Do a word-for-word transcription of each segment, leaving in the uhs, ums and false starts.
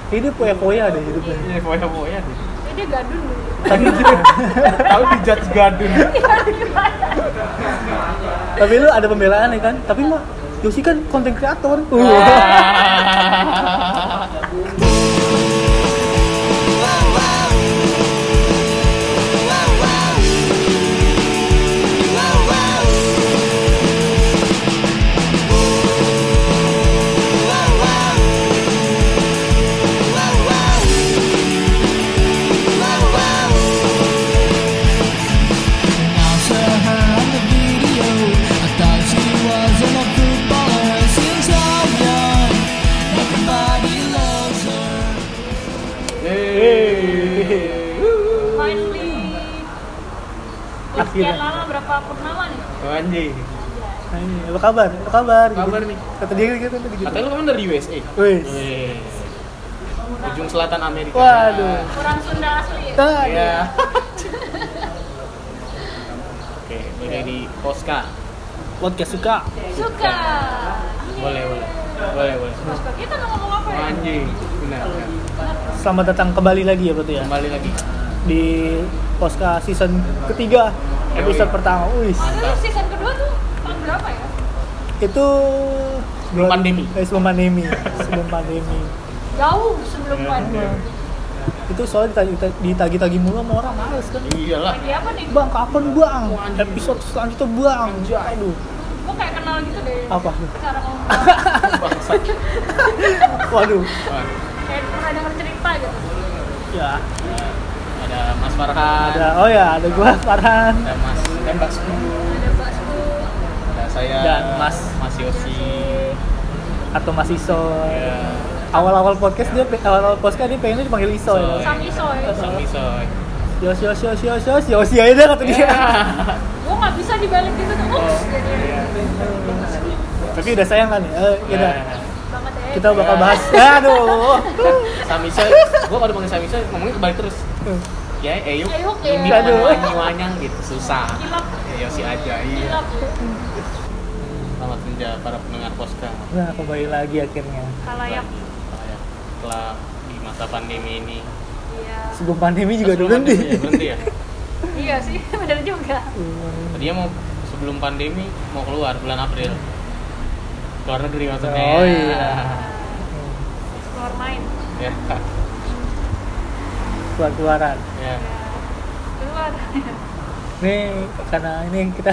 Ini poya-poya deh hidupnya. Iya, poya-poya deh. Eh, dia gadun dulu. Tahu dijudge gadun. Tapi lu ada pembelaan ya kan? Tapi mah Yosi kan konten kreator. Sekian lama berapa purnama nih? Oh, anjing. Nah, ini, apa kabar? Apa kabar? Apa kabar nih? Kata dia gitu tadi gitu. Katanya lu kan dari U S A. Wih. Ujung selatan Amerika. Waduh. Kurang Sunda asli ya? Nah, Iya. Oke, mulai di Posca. podcast suka. Suka. Boleh, boleh. Boleh, boleh. Suka kita mau ngomong apa ya? Anjing. Benar, benar. Selamat datang kembali lagi ya berarti ya. Kembali lagi. Di Posca season ketiga, episode Yoi. pertama. Wih. Oh, dulu season kedua tuh tahun berapa ya? Itu Sebelum pandemi. Eh, sebelum pandemi. sebelum pandemi. Jauh sebelum pandemi. Itu soalnya ditagi- ditagi-tagi mulu sama orang males kan. Iyalah. Lagi apa nih? Bang, kapan bang? Episode selanjutnya bang. Aduh. Gue kayak kenal gitu deh. Apa? Cara ngomong. Bangsat. Waduh. Wah, Kayak pernah denger cerita gitu. Ya. ada Mas Farhan. Ada, oh ya, ada gua Farhan. Ada Mas dan Basku. Ada bakso. Ada saya Dan Mas. Mas Yosi. Atau Mas Isoy. Ya. Awal-awal podcast dia, awal-awal podcast dia pengennya dipanggil Isoy. Isoy. Sam Isoy. Sami Soy. Yos yos yos yos yos Yosi aja dah kata dia. Gue nggak bisa dibalik gitu tuh. Ups, jadi Iya. Tapi udah sayang kan ya. Eh, ya udah. banget ya. Kita bakal bahas. Aduh. Sami Soy. Gua kalau dipanggil Sami Soy ngomongnya kebalik terus. Ya, Eyuk, Eyuk, ya. ini Aduh. wanyang-wanyang gitu, susah. Kilap. Ya, Yosi aja, iya. Kilap. Selamat senja para pendengar Posca. Nah, kembali lagi akhirnya. Kalayak. Layak. Setelah di masa pandemi ini. Iya. Sebelum pandemi juga udah Sebelum berhenti. pandemi ya, berhenti ya. Iya sih, benar juga. Dia mau sebelum pandemi mau keluar bulan April. Keluar negeri maksudnya. Oh iya. Explore mind. Ya. Keluar-keluaran. Ya. Keluar. Nih karena ini kita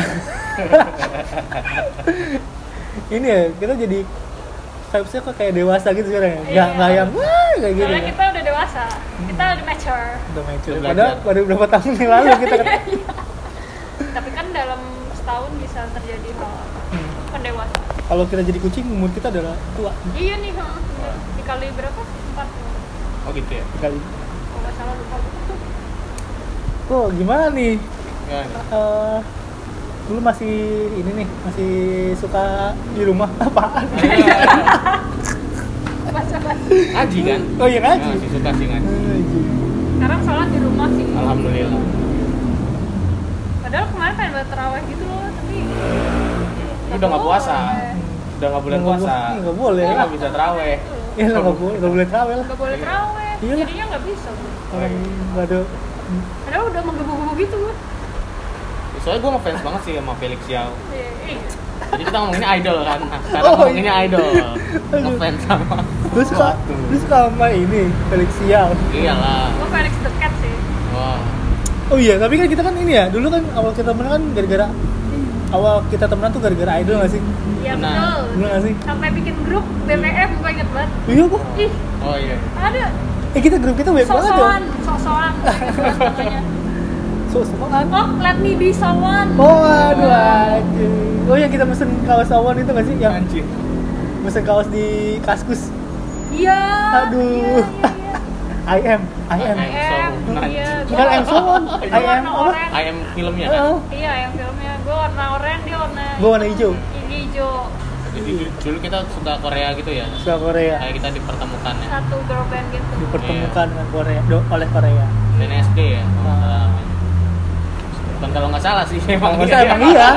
ini ya kita jadi vibes-nya kok kayak dewasa gitu sekarang ya. Nggak Iya. nggak yang wah kayak gitu. Soalnya Ya. kita udah dewasa. Kita udah mature. Udah mature. Udah Padahal belajar. baru beberapa tahun yang lalu kita kan. Tapi kan dalam setahun bisa terjadi hal Hmm. pendewasa. Kalau kita jadi kucing umur kita adalah tua Iya nih, ha. Dikali berapa? Empat. Oh gitu ya. kali. Kalau nggak salah lupa. Kok gimana nih? Ya. Eh, dulu masih ini nih masih suka di rumah apaan? Baca-baca. Ngaji kan? Oh iya ngaji. Ya, masih suka sih ngaji. Ngaji. Sekarang sholat di rumah sih. Alhamdulillah. Padahal kemarin pengen buat terawih gitu loh, tapi Ini udah nggak puasa. Udah nggak bulan Nggak puasa. boleh, nggak boleh Jadi lah. nggak bisa terawih. Ya lah nggak boleh nggak boleh travel lah. nggak boleh terawih. Iya lah. Jadinya nggak bisa. Bu. Orang nggak ada. Padahal udah menggebu-gebu gitu. Bu. Soalnya gue ngefans banget sih sama Felix Yao. Iya, ih. Jadi kita ngomonginnya idol kan. Nah, sekarang Oh, ngomonginnya idol. Aduh. Ngefans sama. Lu suka Suatu. lu suka sama ini Felix Yao. Iyalah. Gue Felix the Cat sih. Wah. Oh iya tapi kan kita kan ini ya dulu kan awal kita temenan kan gara-gara awal kita temenan tuh gara-gara idol nggak sih? Iya Benar. betul. Bener nggak sih? Sampai bikin grup B B M, gue inget banget. Iya kok. Ih, Oh iya. ada Eh kita grup kita banyak banget ya. sok-sokan, sok-sokan. Gue inget banget namanya. So-soan. Oh, let me be someone. Oh aduh anjing. Oh yang kita pesen kaos awan itu nggak sih? Yang Anjir. pesen kaos di Kaskus. Iya. Aduh. Iya, I am, I am. I am. Iya. Bukan I'm someone. Gue I am warna apa? oranye. I am filmnya kan. Oh. Iya, yang filmnya. Gue warna oranye, dia warna Gua warna hijau. hijau. Jadi dulu kita suka Korea gitu ya. Suka Korea. Kayak kita dipertemukan ya. Satu girl band gitu. Dipertemukan dengan Korea, do, oleh Korea. Dan S D ya. kalau nggak salah. Bukan kalau nggak salah sih emang. Nggak salah, emang iya.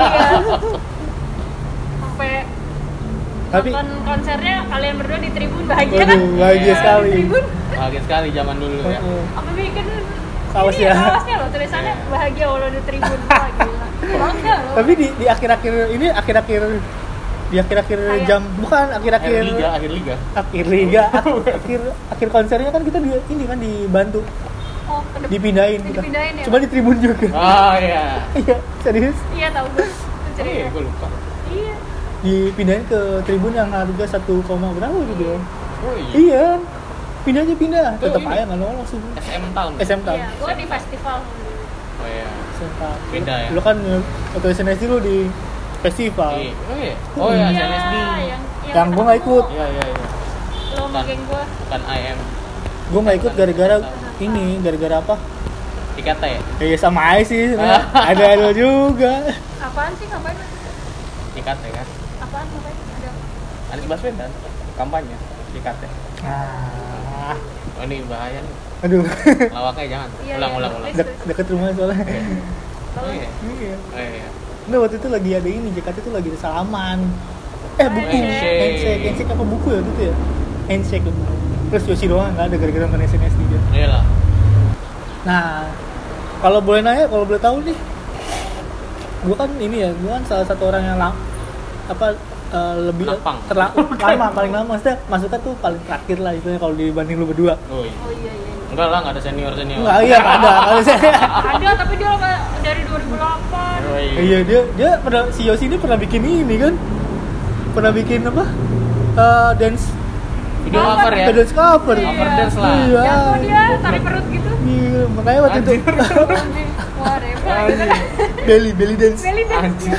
Sampai Tapi nonton konsernya kalian berdua di tribun bahagia waduh, kan? bahagia Iya. sekali. Tribun. Bahagia sekali zaman dulu ya. Oh, oh. Aku bikin Kaos ini ya. kaosnya loh, tulisannya bahagia walau di tribun. Wah, gila. Bangga loh. Tapi di di akhir-akhir ini akhir-akhir di akhir-akhir Kayak- jam bukan akhir-akhir Akhir liga, akhir liga. akhir liga akhir akhir konsernya kan kita di, ini kan dibantu Oh, ke depan. dipindahin kita. Dipindahin ya? Cuma di tribun juga. Oh iya. Iya, serius. Iya tahu gue. Oh, iya, gue lupa. Iya. Dipindahin ke tribun yang harga satu koma berapa gitu ya. Oh iya. Iya. Pindahnya pindah, Tuh, tetap ini. aja nggak lolos sih. S M tahun. S M K. Iya, gue di festival. Oh iya. S M K. Beda ya? Lu kan waktu S N S D lu di festival. Iya. Oh iya. Oh iya, Iya, S N S D. yang Yang gua nggak ikut. Iya iya iya. Lo sama geng gue. Bukan I M. Gue nggak ikut gara-gara ini, gara-gara apa? Tiket ya? Ya sama aja sih, sebenarnya. ada ada juga. Apaan sih ngapain? Tiket ya kan? Apaan ngapain? Ada. Anies Baswedan kampanye tiket ya. Ah, Oh ini bahaya nih. aduh, Lawaknya jangan. Iya, ulang iya. ulang ulang. Dek, deket rumah soalnya. Oh iya. Iya. Oh iya. Nah waktu itu lagi ada ini, J K T itu lagi ada salaman. Eh buku, Handshake. handshake, handshake apa buku ya itu ya? Handshake itu. Terus Yoshi doang nggak ada gara-gara nonton S N S D dia. Iyalah. Nah, kalau boleh nanya, kalau boleh tahu nih, gue kan ini ya, gue kan salah satu orang yang lang, apa eh, lebih Lapang. terla- lama, paling lama, maksudnya masuknya tuh paling terakhir lah istilahnya kalau dibanding lu berdua. Oh iya. Oh iya iya. Enggak lah, enggak ada senior senior. Enggak, iya nggak ada kalau saya. Ada tapi dia nggak- dari dua ribu delapan. Oh iya. Iya dia dia pernah si Yoshi ini pernah bikin ini kan, pernah bikin apa? Eh, dance, Video cover ya. dance cover. Cover dance lah. Iya. Jago dia tarik perut gitu. Iya, makanya waktu itu Wah, repot gitu kan. belly belly dance. Belly dance. Anjir.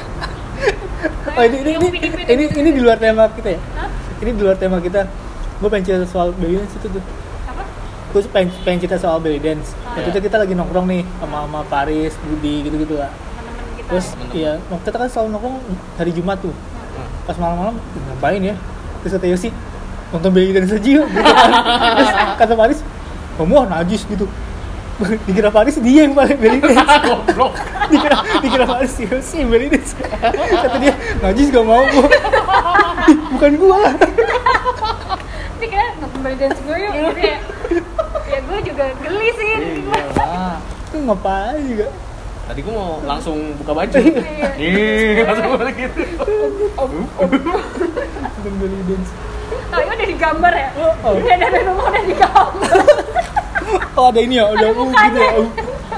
Oh ini ini ini, ini ini di luar tema kita ya. Hah? Ini di luar tema kita. Gue pengen cerita soal belly dance itu tuh. Apa? Gue pengen, pengen cerita soal belly dance. Oh, Waktu iya. itu kita lagi nongkrong nih sama sama Paris, Budi gitu-gitu lah. Teman-teman kita. Terus Temen-temen. iya, kita kan selalu nongkrong hari Jumat tuh. Hmm. Pas malam-malam ngapain ya? Terus kata Yosi, nonton belly dance aja yuk. Gitu kan. Terus kata Paris, kamu ah najis gitu. Dikira Paris dia yang paling belly dance. Goblok. dikira dikira Paris Yosi yang belly dance. Kata dia, najis gak mau gua. Ih, bukan gua lah. Ini kayak nonton belly dance gue yuk gitu ya. Ya gue juga geli sih. Iya lah. Itu ngapain juga. Tadi gua mau langsung buka baju. Iya. Ih, langsung begitu. Nonton belly dance. Oh, ini udah digambar ya? Oh, oh. Ini ada rumah udah digambar. Oh ada ini ya, udah Ada uh, mukanya. gitu ya. Uh.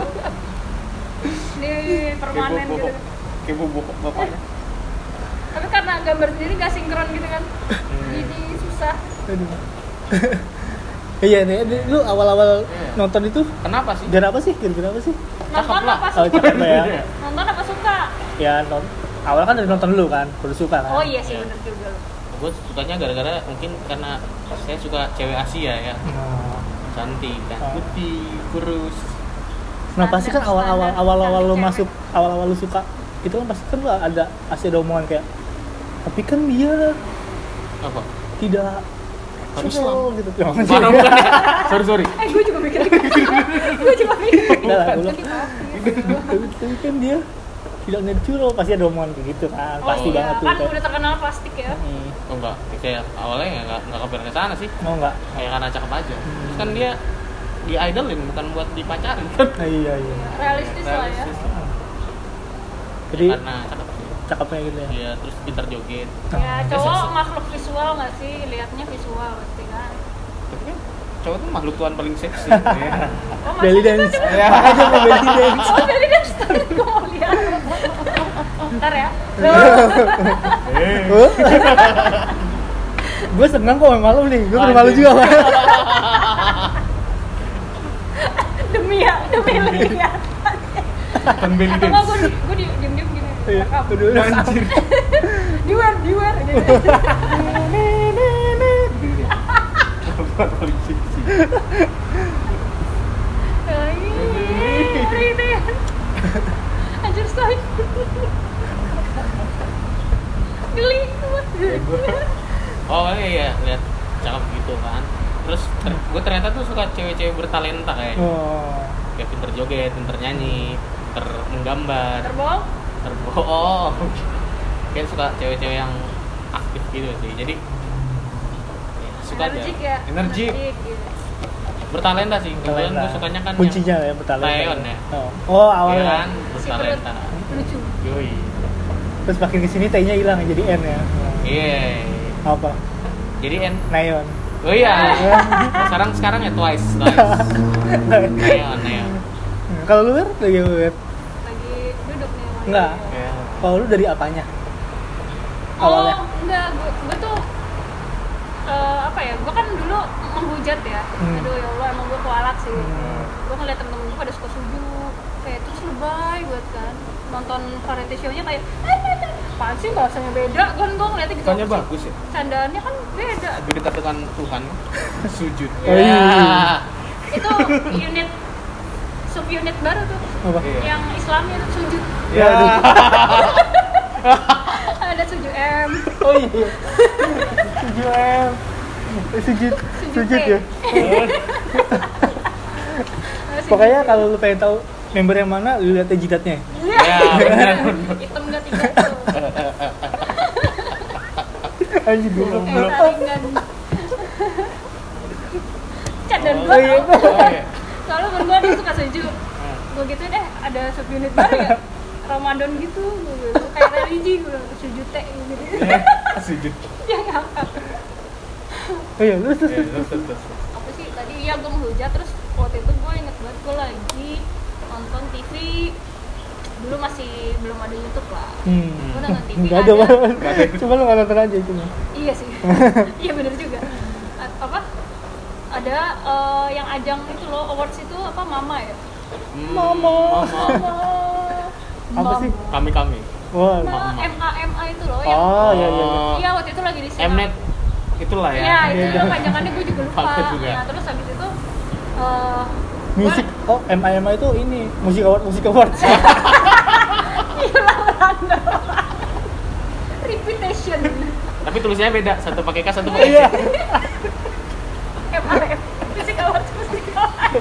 Ini Kayak permanen bubuk, gitu. kayak bubuk bapaknya. Tapi karena gambar sendiri gak sinkron gitu kan. Hmm. Jadi susah. Aduh. Iya nih, ini lu awal-awal Iya. nonton itu Kenapa sih? gara apa sih? Gara-gara apa sih? Nonton lah. apa Oh, suka? cakep ya. Nonton apa suka? Ya non awal kan dari nonton dulu kan, baru suka kan. Oh iya sih Iya. bener juga loh. Gue sukanya gara-gara mungkin karena saya suka cewek Asia ya, Nah, cantik kan, Oh. putih, kurus. nah pasti kan awal-awal Standar- awal-awal lu standar masuk, awal-awal lu suka itu kan pasti kan lu ada pasti ada omongan kayak tapi kan dia Apa? tidak Orang cowok," Islam. gitu. Ya, Bukan, bukan ya. Sorry sorry. Eh gue juga mikir gitu. Gue juga mikir. Udah lah, Bukan. gua- Jadi maaf ya. tapi, tapi kan dia tidak natural, pasti ada omongan kayak gitu kan, Oh pasti iya, banget tuh. kan Kayak, udah terkenal plastik ya. hmm, Oh enggak, kayak awalnya ya enggak enggak kepikiran ke sana sih. mau nggak? Kayak karena cakep aja. Hmm. Terus kan dia di idolin bukan buat dipacarin kan. Nah, iya iya. Realistis lah ya. Realistis. Jadi Karena cakep sih. cakepnya gitu ya. Iya, terus pintar joget. Ya Ah, cowok makhluk visual nggak sih? Lihatnya visual pasti kan. Tapi kan cowok tuh makhluk Tuhan paling seksi. Ya. Oh, masa belly gitu? dance. Coba- Ya. Aja mau belly dance. Oh belly dance tadi gue mau lihat. Ntar ya. Oh. Gue seneng kok main malu nih, gue malu Anjing. juga Pak. Demi ya, demi lihat. Kan belly Atau nggak dance. gue di, gue di, diem diem gini. Iya, rekam. itu dulu. Anjir. Diwer, diwer. Tuhan paling seksi. Ini anjir say. Geli Oh iya, lihat cakep gitu kan. Terus ter- gue ternyata tuh suka cewek-cewek bertalenta kayak Oh. kayak pinter joget, pinter nyanyi, pinter menggambar, Terbohong? terbohong. Kayak suka cewek-cewek yang aktif gitu sih. Jadi ya, suka Energik aja. ya? Energik. Energik, iya. Bertalenta sih. Kalian Bertalenta. tuh sukanya kan kuncinya ya bertalenta. Taeyeon ya. Oh, oh Iya awalnya. kan, bertalenta. Lucu. Yoi. Terus makin kesini T-nya hilang jadi N ya. Iya. Apa? Jadi N. Naeon. Oh iya. sekarang sekarang ya Twice. Twice. Neon, neon. Kalau lu Wer, lagi Wer? Lagi duduk nih sama Enggak. dia. Ya. Kalau lu dari apanya? Oh, Awalnya. enggak, gue, gue tuh eh, apa ya, gue kan dulu menghujat ya. Hmm. Aduh ya Allah, emang gue kualat sih. Hmm. Gue ngeliat temen-temen gue pada suka suju, kayak terus lebay buat kan. Nonton variety show-nya kayak, eh, apaan sih bahasanya beda kan, gue ngeliatnya gitu. Bukannya apa sih? bagus ya? Candaannya kan beda. Lebih dekat dengan Tuhan. Sujud. Oh, iya. Itu unit subunit baru tuh. Apa? Iya. Yang Islamnya tuh sujud. Ya. Ada sujud M. Oh iya. Sujud M. Eh, Sujud. Sujud Sujud T. ya. Ada sujud Pokoknya T. kalau lu pengen tahu member yang mana, lu lihat jidatnya. Ya, benar benar. Hitam gak tiga tuh. Anjir dulu. Eh, taringan. Candaan Oh gue iya. tau. Oh, iya. Soalnya temen gue dia suka sujud. Gue gitu deh, ada subunit baru ya. Ramadan gitu, gue gitu. Kayak religi gue bilang, sujud teh gitu. Sujud. Dia ngakak. Oh iya, lu terus Ya, terus. terus terus. terus. Apa sih tadi, iya gue menghujat. Terus waktu itu gue inget banget gue lagi nonton T V. Dulu masih belum ada YouTube lah. Hmm. Gue nonton T V Enggak ada, ada. Bang. Nggak ada. Cuma lu nggak nonton aja cuma. Iya sih. Iya bener juga. A- apa? Ada eh, yang ajang itu loh, awards itu apa, Mama ya? Hmm, Mama. Mama. Apa sih? Kami kami. Wah. Nah, Mama. M A M A itu loh yang Oh iya iya. iya. iya waktu itu lagi di sini. Mnet itulah ya. Iya, itu Iya. panjangannya gue juga lupa. Aku juga. Nah, terus habis itu eh Musik. Oh, M I M A itu ini, musik award, musik award. Reputation. Tapi tulisannya beda, satu pakai K, satu pakai C. Iya. M A M Music Awards Music Awards.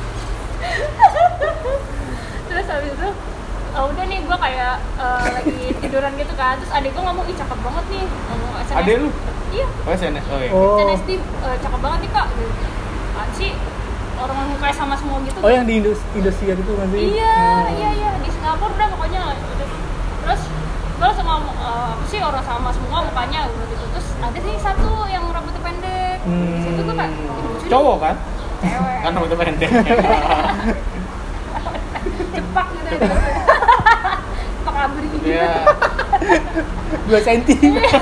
Terus habis itu oh, udah nih gue kayak eh, lagi tiduran gitu kan. Terus adik gue ngomong, ih cakep banget nih, ngomong S N S D. Adek lu? Iya, Oh, S N S. Oh iya. Oh. S N S D eh, cakep banget nih kak gitu. Apaan sih, orang mukanya sama semua gitu. Oh, yang di Indos Indosiar itu kan sih? Iya, Oh. iya, iya, di Singapura udah pokoknya. Terus gue sama eh, apa sih, orang sama semua mukanya udah gitu. Terus ada sih satu yang rambutnya pendek. Di situ gue kayak, "Ih, lucu nih." Cowok kan? Cewek. Kan rambutnya pendek. Cepak gitu. Cepak abri. Iya. dua senti.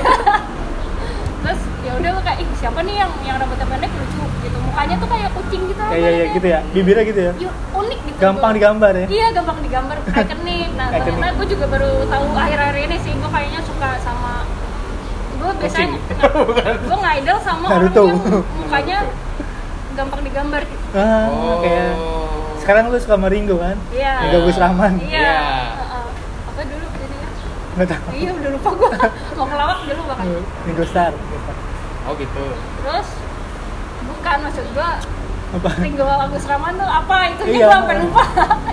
Terus ya udah gue kayak, ih siapa nih yang yang rambutnya pendek lucu gitu. Mukanya tuh kayak kucing gitu. Iya iya iya gitu ya. Bibirnya gitu ya. Iya, unik gitu. Gampang gua. digambar ya. Iya, gampang digambar, ikonik. Nah, Ikonik. ternyata gue juga baru tahu akhir-akhir ini sih, gue kayaknya suka sama gue biasanya gue ngidol sama Naruto. orang yang mukanya gampang digambar gitu. Ah, Oh. kayak sekarang lu suka sama Ringo kan? Iya. Ringo Agus Rahman. Iya. Iya. Heeh. Apa dulu jadinya? Nggak tahu. Iya, udah lupa gue. Mau ngelawak dulu bahkan. Ringo Star. Oh gitu. Terus bukan, maksud gue Apa? Ringo Agus Rahman tuh apa? Itu Iya. gue sampai lupa.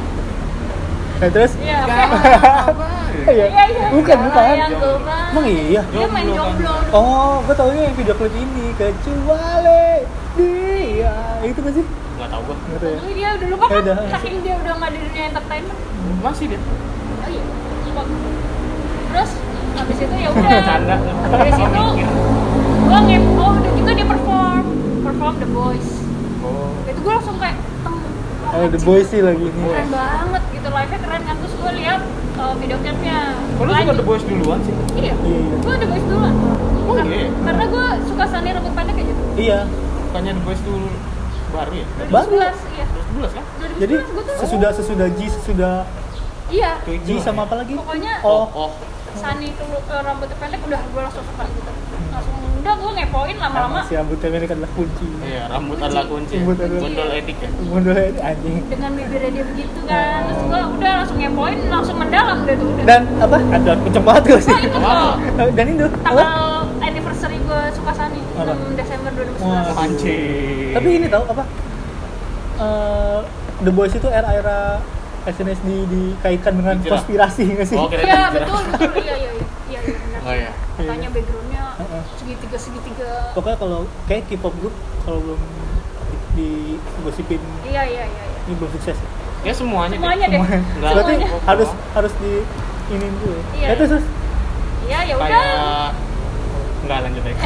Nah, terus? Iya, oke. Iya. Iya, iya. Bukan, bukan. Yang gue Emang iya? Dia main Jomblo kan? jomblo. Oh, gue taunya yang video klip ini, kecuali dia. Itu kan sih? Nggak tahu gua. Nggak tahu ya? Tapi dia udah lupa Ya kan, udah. saking dia udah nggak di dunia entertainment. Masih dia. Oh iya, lupa. Terus habis itu ya udah. Canda. Dari situ gua ngep, oh udah gitu dia perform, perform The Boys. Oh. Itu gua langsung kayak, tem, Oh, The Boys sih lagi ini. keren banget gitu, live-nya keren kan. Terus gua lihat uh, video clipnya. Kok lu suka The Boys duluan sih? Iya, Iya, iya. gua The Boys duluan. Oh, Kar- iya? Karena gua suka Sunny rambut pendek kayak gitu. Iya. Bukannya The Boys dulu baru ya? Baru. dua ribu sebelas, iya. Terus sebelas kan? dua ribu Jadi sebelas gua tuh. sesudah sesudah G sesudah Iya. Itu G sama apa lagi? Pokoknya Oh, Oh. Sunny itu uh, rambutnya pendek udah gue langsung suka gitu. Langsung udah gue ngepoin lama-lama si rambutnya ini adalah kunci. Iya, rambut Kunci. adalah kunci. Rambut adalah- Gondol edik ya. Mundur aja, anjing. dengan bibirnya dia begitu kan. Terus gue udah langsung ngepoin, langsung mendalam deh tuh udah. Dan apa? Ada kenceng banget gue sih. Oh, itu tuh Dan itu apa? tanggal anniversary gue suka Sunny Apa? enam Desember dua ribu sebelas. Wah. Anjing. Tapi ini tahu apa? Eh, The Boys itu era-era S N S D dikaitkan dengan Hijrah. konspirasi nggak sih? Oh, kira- Iya betul betul, iya iya iya iya iya benar. Oh iya. Katanya backgroundnya Heeh. segitiga segitiga. Pokoknya kalau kayak K-pop group kalau belum di gosipin Iya iya iya. iya. ini belum sukses. Ya semuanya. Semuanya deh. Semuanya. Enggak. Berarti Semuanya. harus harus di ini dulu. Iya. Ya terus terus. Iya ya udah. Kayak enggak lanjut lagi.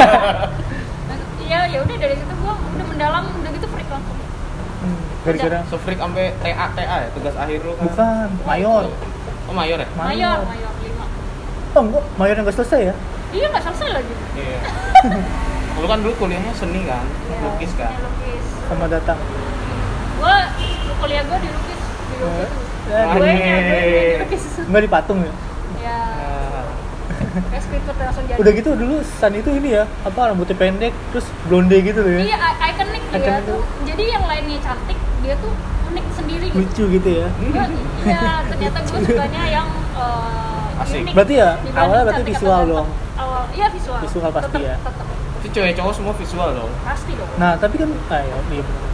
Iya ya udah dari situ gua udah mendalam udah gitu freak langsung. Hmm, gara-gara Sefreak sampai T A T A ya tugas akhir lu kan. bukan mayor. Oh, mayor ya? Mayor mayor lima. Oh enggak, mayor yang nggak selesai ya? Iya nggak selesai lagi. Iya. Lu kan dulu kuliahnya seni kan, Iya, lukis kan. ya, lukis. Sama datang. Gua kuliah gua di lukis di lukis. Ya, Gue nya gue di lukis. Enggak di patung ya? Ya. Nah, Kayak screenshot langsung jadi. Udah gitu dulu San itu ini ya, apa rambutnya pendek terus blonde gitu loh ya. Iya, i- ikonik dia Ikonik tuh. Jadi yang lainnya cantik, dia tuh unik sendiri gitu. Lucu gitu ya. Gua, iya, ternyata gue sukanya yang uh, Asik. unik. Berarti ya, dibanding awalnya berarti cantik visual atau dong. ganteng. Awal, iya visual. Visual pasti Tetep- ya. tetep. itu cewek cowok semua visual dong. Pasti dong. Nah, tapi kan ah, ya, iya bener.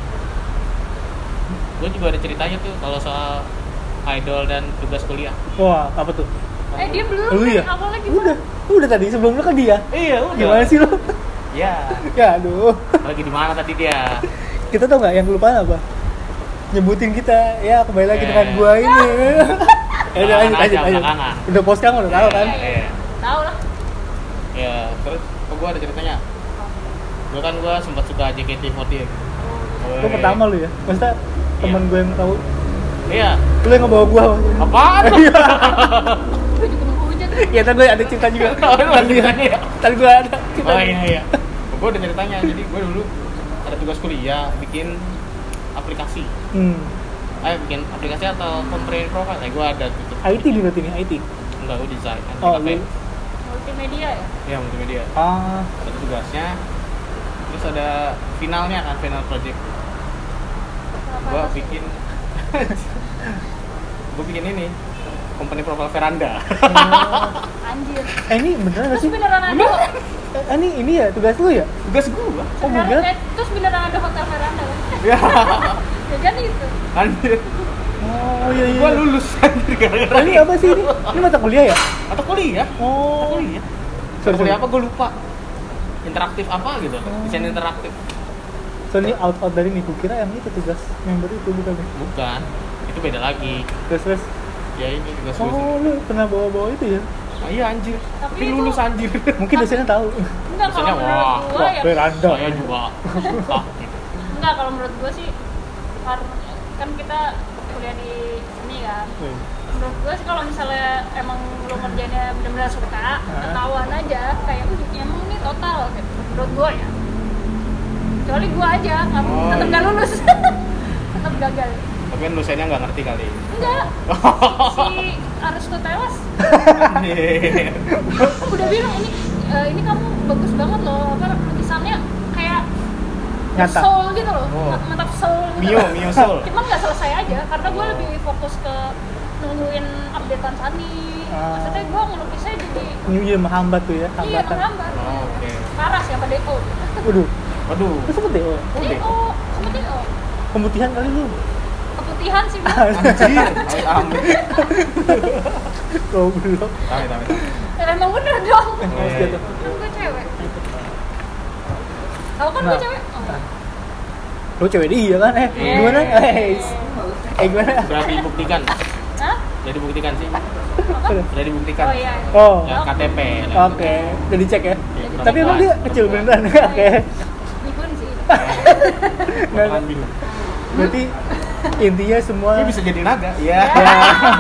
Gue juga ada ceritanya tuh kalau soal idol dan tugas kuliah. Wah, apa tuh? Eh dia belum. Lu ya? Apa lagi? Udah, udah tadi sebelum lu kan dia. Iya, udah. Gimana sih lu? Ya. Ya aduh. Lagi di mana tadi dia? Kita tau nggak yang kelupaan apa? Nyebutin kita, ya kembali lagi Eh. dengan gua ini. Ya udah lanjut, Belakangan lanjut, aja, lanjut. belakangan. Udah post kamu udah tahu kan? Iya, iya. Iya. Tahu lah. Ya, terus kok gue ada ceritanya. Gue kan gue sempat suka J K T empat puluh gitu. Lu pertama lu ya? Maksudnya temen gue yang tahu. Iya. Lu yang ngebawa gua. Apaan? Iya. Gue juga mau hujan. Iya, tadi gue ada cerita juga. Oh, lu ada Tadi ceritanya ya? Tadi gue ada cerita. Oh iya iya. Gue ada ceritanya. Jadi gue dulu ada tugas kuliah bikin aplikasi. Hmm. Eh bikin aplikasi atau company profile. Eh gue ada tutup. I T di berarti nih, I T. Enggak, gue desain. Kan Oh, kafe. lu. Multimedia ya. Iya multimedia. Ah, Ada tugasnya. Terus ada finalnya kan, final project. Kenapa Gue sih? bikin. Gue bikin ini. Company profile veranda. Anjir. eh ini beneran gak Terus sih? beneran ada. Eh, ini ini ya tugas lu ya? Tugas gue. Oh, beneran, bukan? eh, terus beneran ada hotel veranda kan? Ya. Ya jadi itu. Anjir. Oh iya iya. Gue lulus anjir gara-gara Oh, ini apa sih ini? Ini mata kuliah ya? Atau kuliah? Mata Oh. kuliah. Sorry, Kuliah sorry. apa gue lupa. Interaktif apa gitu? Desain interaktif. So ini out out dari nih, kira yang itu tugas member itu bukan ya? Bukan. Itu beda lagi. Terus terus. Ya ini tugas lulus. Oh lu pernah bawa-bawa itu ya? Ah, iya anjir. Tapi Tapi itu- lulus anjir. Mungkin dosennya tahu. Enggak kalau Maksudnya, menurut wah, gua Wah, ya. veranda. Saya juga suka. Enggak kalau menurut gua sih karena kan kita kuliah di seni kan. Wih. Menurut gua sih kalau misalnya emang lu ngerjainnya benar-benar suka, ketahuan aja kayak udah emang ini total gitu. Menurut gua ya. Kecuali gua aja, nggak Oh, tetap iya. nggak lulus, tetap gagal. Tapi kan dosennya nggak ngerti kali. Enggak, si Aristoteles Anjir. udah bilang ini eh, ini kamu bagus banget loh, apa lukisannya kayak Nyata. soul gitu loh, Oh. mantap soul gitu. Mio, Mio Soul. Cuman nggak selesai aja karena gue lebih fokus ke nungguin updatean Sani. Ah. Maksudnya gue ngelukisnya jadi Ini jadi menghambat tuh ya, iya hambatan. menghambat. Oh, oke. Paras ya, D O. Waduh, Waduh. lu sempet deh, oh. Udah. D O, sama D O. Pemutihan kali lu. Keputihan sih gue. Anjir. Amit. Goblok. Amit, amit. Eh, emang bener dong. Eh, Oh, harus iya, gitu. Kan gue cewek. Tahu kan gue Nah. cewek? Oh. Lu cewek dia kan? Eh, Yeah. gimana? Eh, eh gimana? Sudah dibuktikan. Hah? Sudah dibuktikan sih. Apa? Sudah dibuktikan. Oh iya. Oh, Ya, K T P. oke. Udah dicek ya? Iya, Tapi emang dia kecil beneran, oke. Bihun sih. Nggak, Makan bingung. berarti intinya semua. Ini bisa jadi naga. Iya. Ya.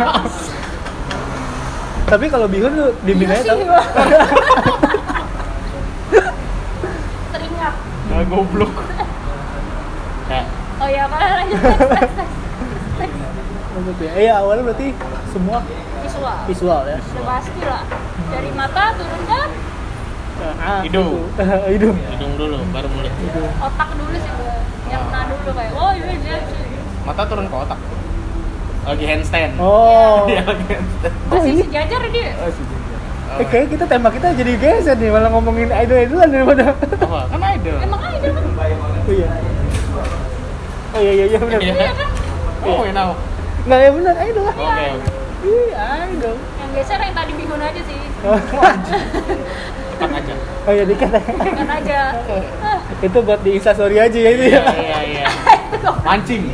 Tapi kalau bihun lu diemin Iya aja sih, tau. Bang. Teringat. Nah, goblok. Eh, Oh iya, apa lanjut? Maksud ya. Eh, ya, awalnya berarti semua Visual. visual ya. Udah pasti lah. Dari mata turun ke Ah, Hidung. gitu. Hidung. hidung dulu, baru mulut. otak dulu sih gue. Yang pernah dulu kayak, oh iya iya sih. Mata turun ke otak. Lagi handstand. Oh. Dia lagi handstand. Kok Masih ini? sejajar dia. Oh, sih. Eh, kayak kita tema kita jadi geser nih, malah ngomongin idol-idolan daripada. Apa? Kan idol. Emang aja kan? Oh iya. Oh iya iya iya benar. Iya. Iya kan? Oh, you know. Nggak ya benar idol lah. Oke, oke. Iya idol. Yang geser yang tadi bihun aja sih. Oh, Cepat aja. oh iya dikata. Kan aja. Ah, Itu buat di instastory aja ya itu ya. Iya, iya, iya. Mancing.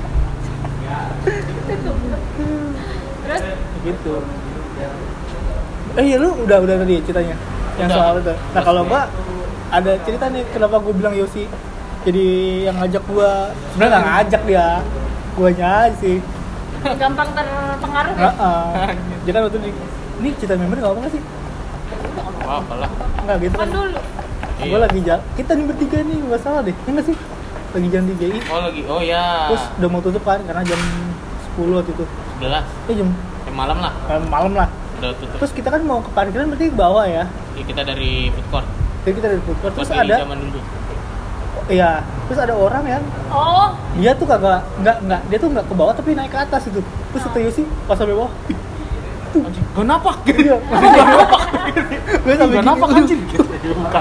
Terus gitu. Eh iya lu udah udah tadi ceritanya yang Udah. soal itu. Nah kalau Terus, gua ada cerita nih kenapa gua bilang Yosi jadi yang ngajak gua. Sebenarnya nggak ngajak dia, guanya aja sih. gampang terpengaruh ya. Heeh. Dia kan waktu di ini cerita member nggak apa nggak sih? Wah, apalah. Nggak gitu Kan kan. dulu. Gua Iya. lagi jalan. Kita nih bertiga nih nggak salah deh. Iya nggak sih? Lagi jalan di G I. Oh lagi. Oh ya. Terus udah mau tutup kan karena jam sepuluh waktu itu. sebelas. Eh jam Eh, malam lah. eh, malam lah. Udah tutup. Terus kita kan mau ke parkiran berarti ke bawah ya. Ya, kita dari food court. Jadi kita dari food court terus Buat di ada zaman dulu. iya, terus ada orang yang Oh, dia tuh kagak nggak nggak dia tuh nggak ke bawah tapi naik ke atas itu. Terus kata Yosi pas sampai bawah, Anjing, gak napak gitu. iya. Gue sampai Gak gini, napak anjing. Bukan.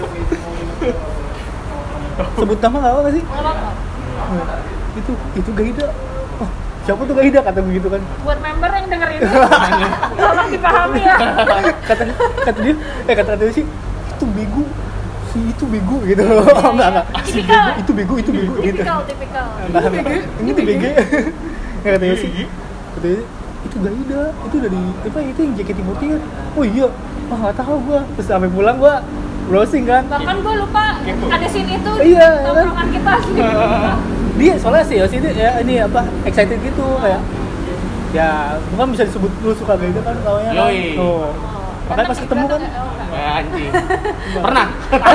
sebut nama nggak apa nggak sih? nggak apa-apa. Nah, itu itu Gaida. Oh, siapa tuh Gaida kata begitu kan? Buat member yang denger ini, tolong dipahami ya. Kata kata dia, eh kata dia sih itu bego, si itu bego gitu. Oh, enggak enggak. Si Tipikal. bego, itu bego itu bego gitu. Tipikal, tipikal. Enggak, enggak. Ini tuh B G. Nggak kata Yosi. Kata Yosi, itu Gaida, itu dari apa itu yang J K T empat puluh kan? Oh iya, wah nggak tahu gua. Terus sampai pulang gua browsing kan. Bahkan gue lupa ada scene itu Iya, di tongkrongan kita sih. Dia soalnya sih Yosi itu ya ini apa excited gitu kayak ya bukan bisa disebut lu suka Gaida kan taunya kan. Yoi. Oh. Makanya pas ketemu kan Eh, anjing. Pernah.